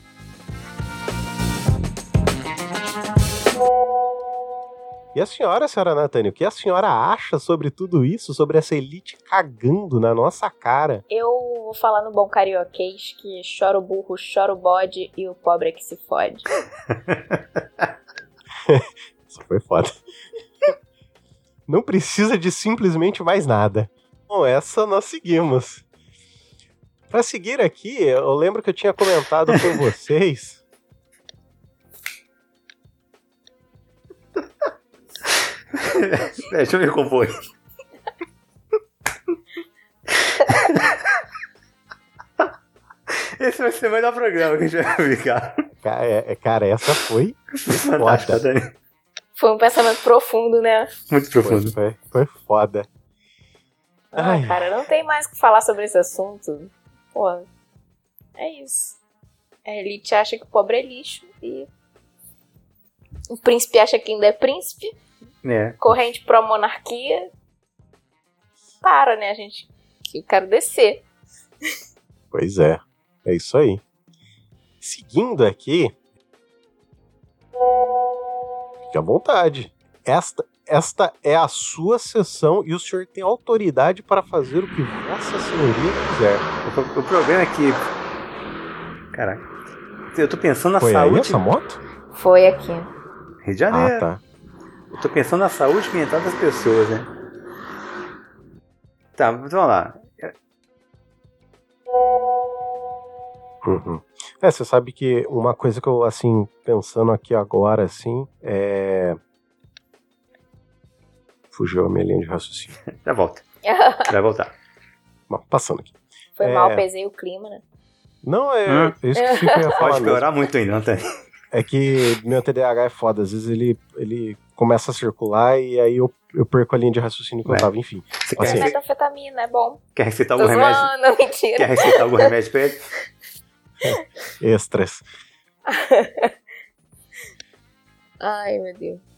E a senhora Natane, o que a senhora acha sobre tudo isso, sobre essa elite cagando na nossa cara? Eu vou falar no bom carioquês que chora o burro, chora o bode e o pobre é que se fode. Isso foi foda. Não precisa de simplesmente mais nada. Bom, essa nós seguimos. Pra seguir aqui, eu lembro que eu tinha comentado com vocês... Deixa eu me recompor. Esse vai ser o melhor programa que a gente vai ficar. Cara, essa foi Fantástica, foda. Dani. Foi um pensamento profundo, né? Muito profundo. Foi foda. Ai. Cara, não tem mais o que falar sobre esse assunto. Pô, é isso. A elite acha que o pobre é lixo e o príncipe acha que ainda é príncipe. Corrente pró-monarquia. Para, né, gente? Eu quero descer. Pois é isso aí. Seguindo aqui, fique à vontade. Esta é a sua sessão e o senhor tem autoridade para fazer o que Vossa Senhoria quiser. O problema é que... Caraca. Eu tô pensando na Foi saúde... Foi aí essa moto? Foi aqui. Rio de Janeiro. Ah, tá. Eu tô pensando na saúde mental das pessoas, né? Tá, vamos lá. Uhum. Você sabe que uma coisa que eu, assim, pensando aqui agora, assim, fugiu a minha linha de raciocínio. Já volta. Vai voltar. Mas, passando aqui. Foi mal, pesei o clima, né? Não, isso que eu ia falar. Pode piorar muito ainda, não tem? É que meu TDAH é foda, às vezes ele começa a circular e aí eu perco a linha de raciocínio que eu tava, enfim. Você quer metanfetamina, é bom. Quer receitar algum remédio? Não, mentira. Quer receitar algum remédio pra ele? Extras. Ai, meu Deus.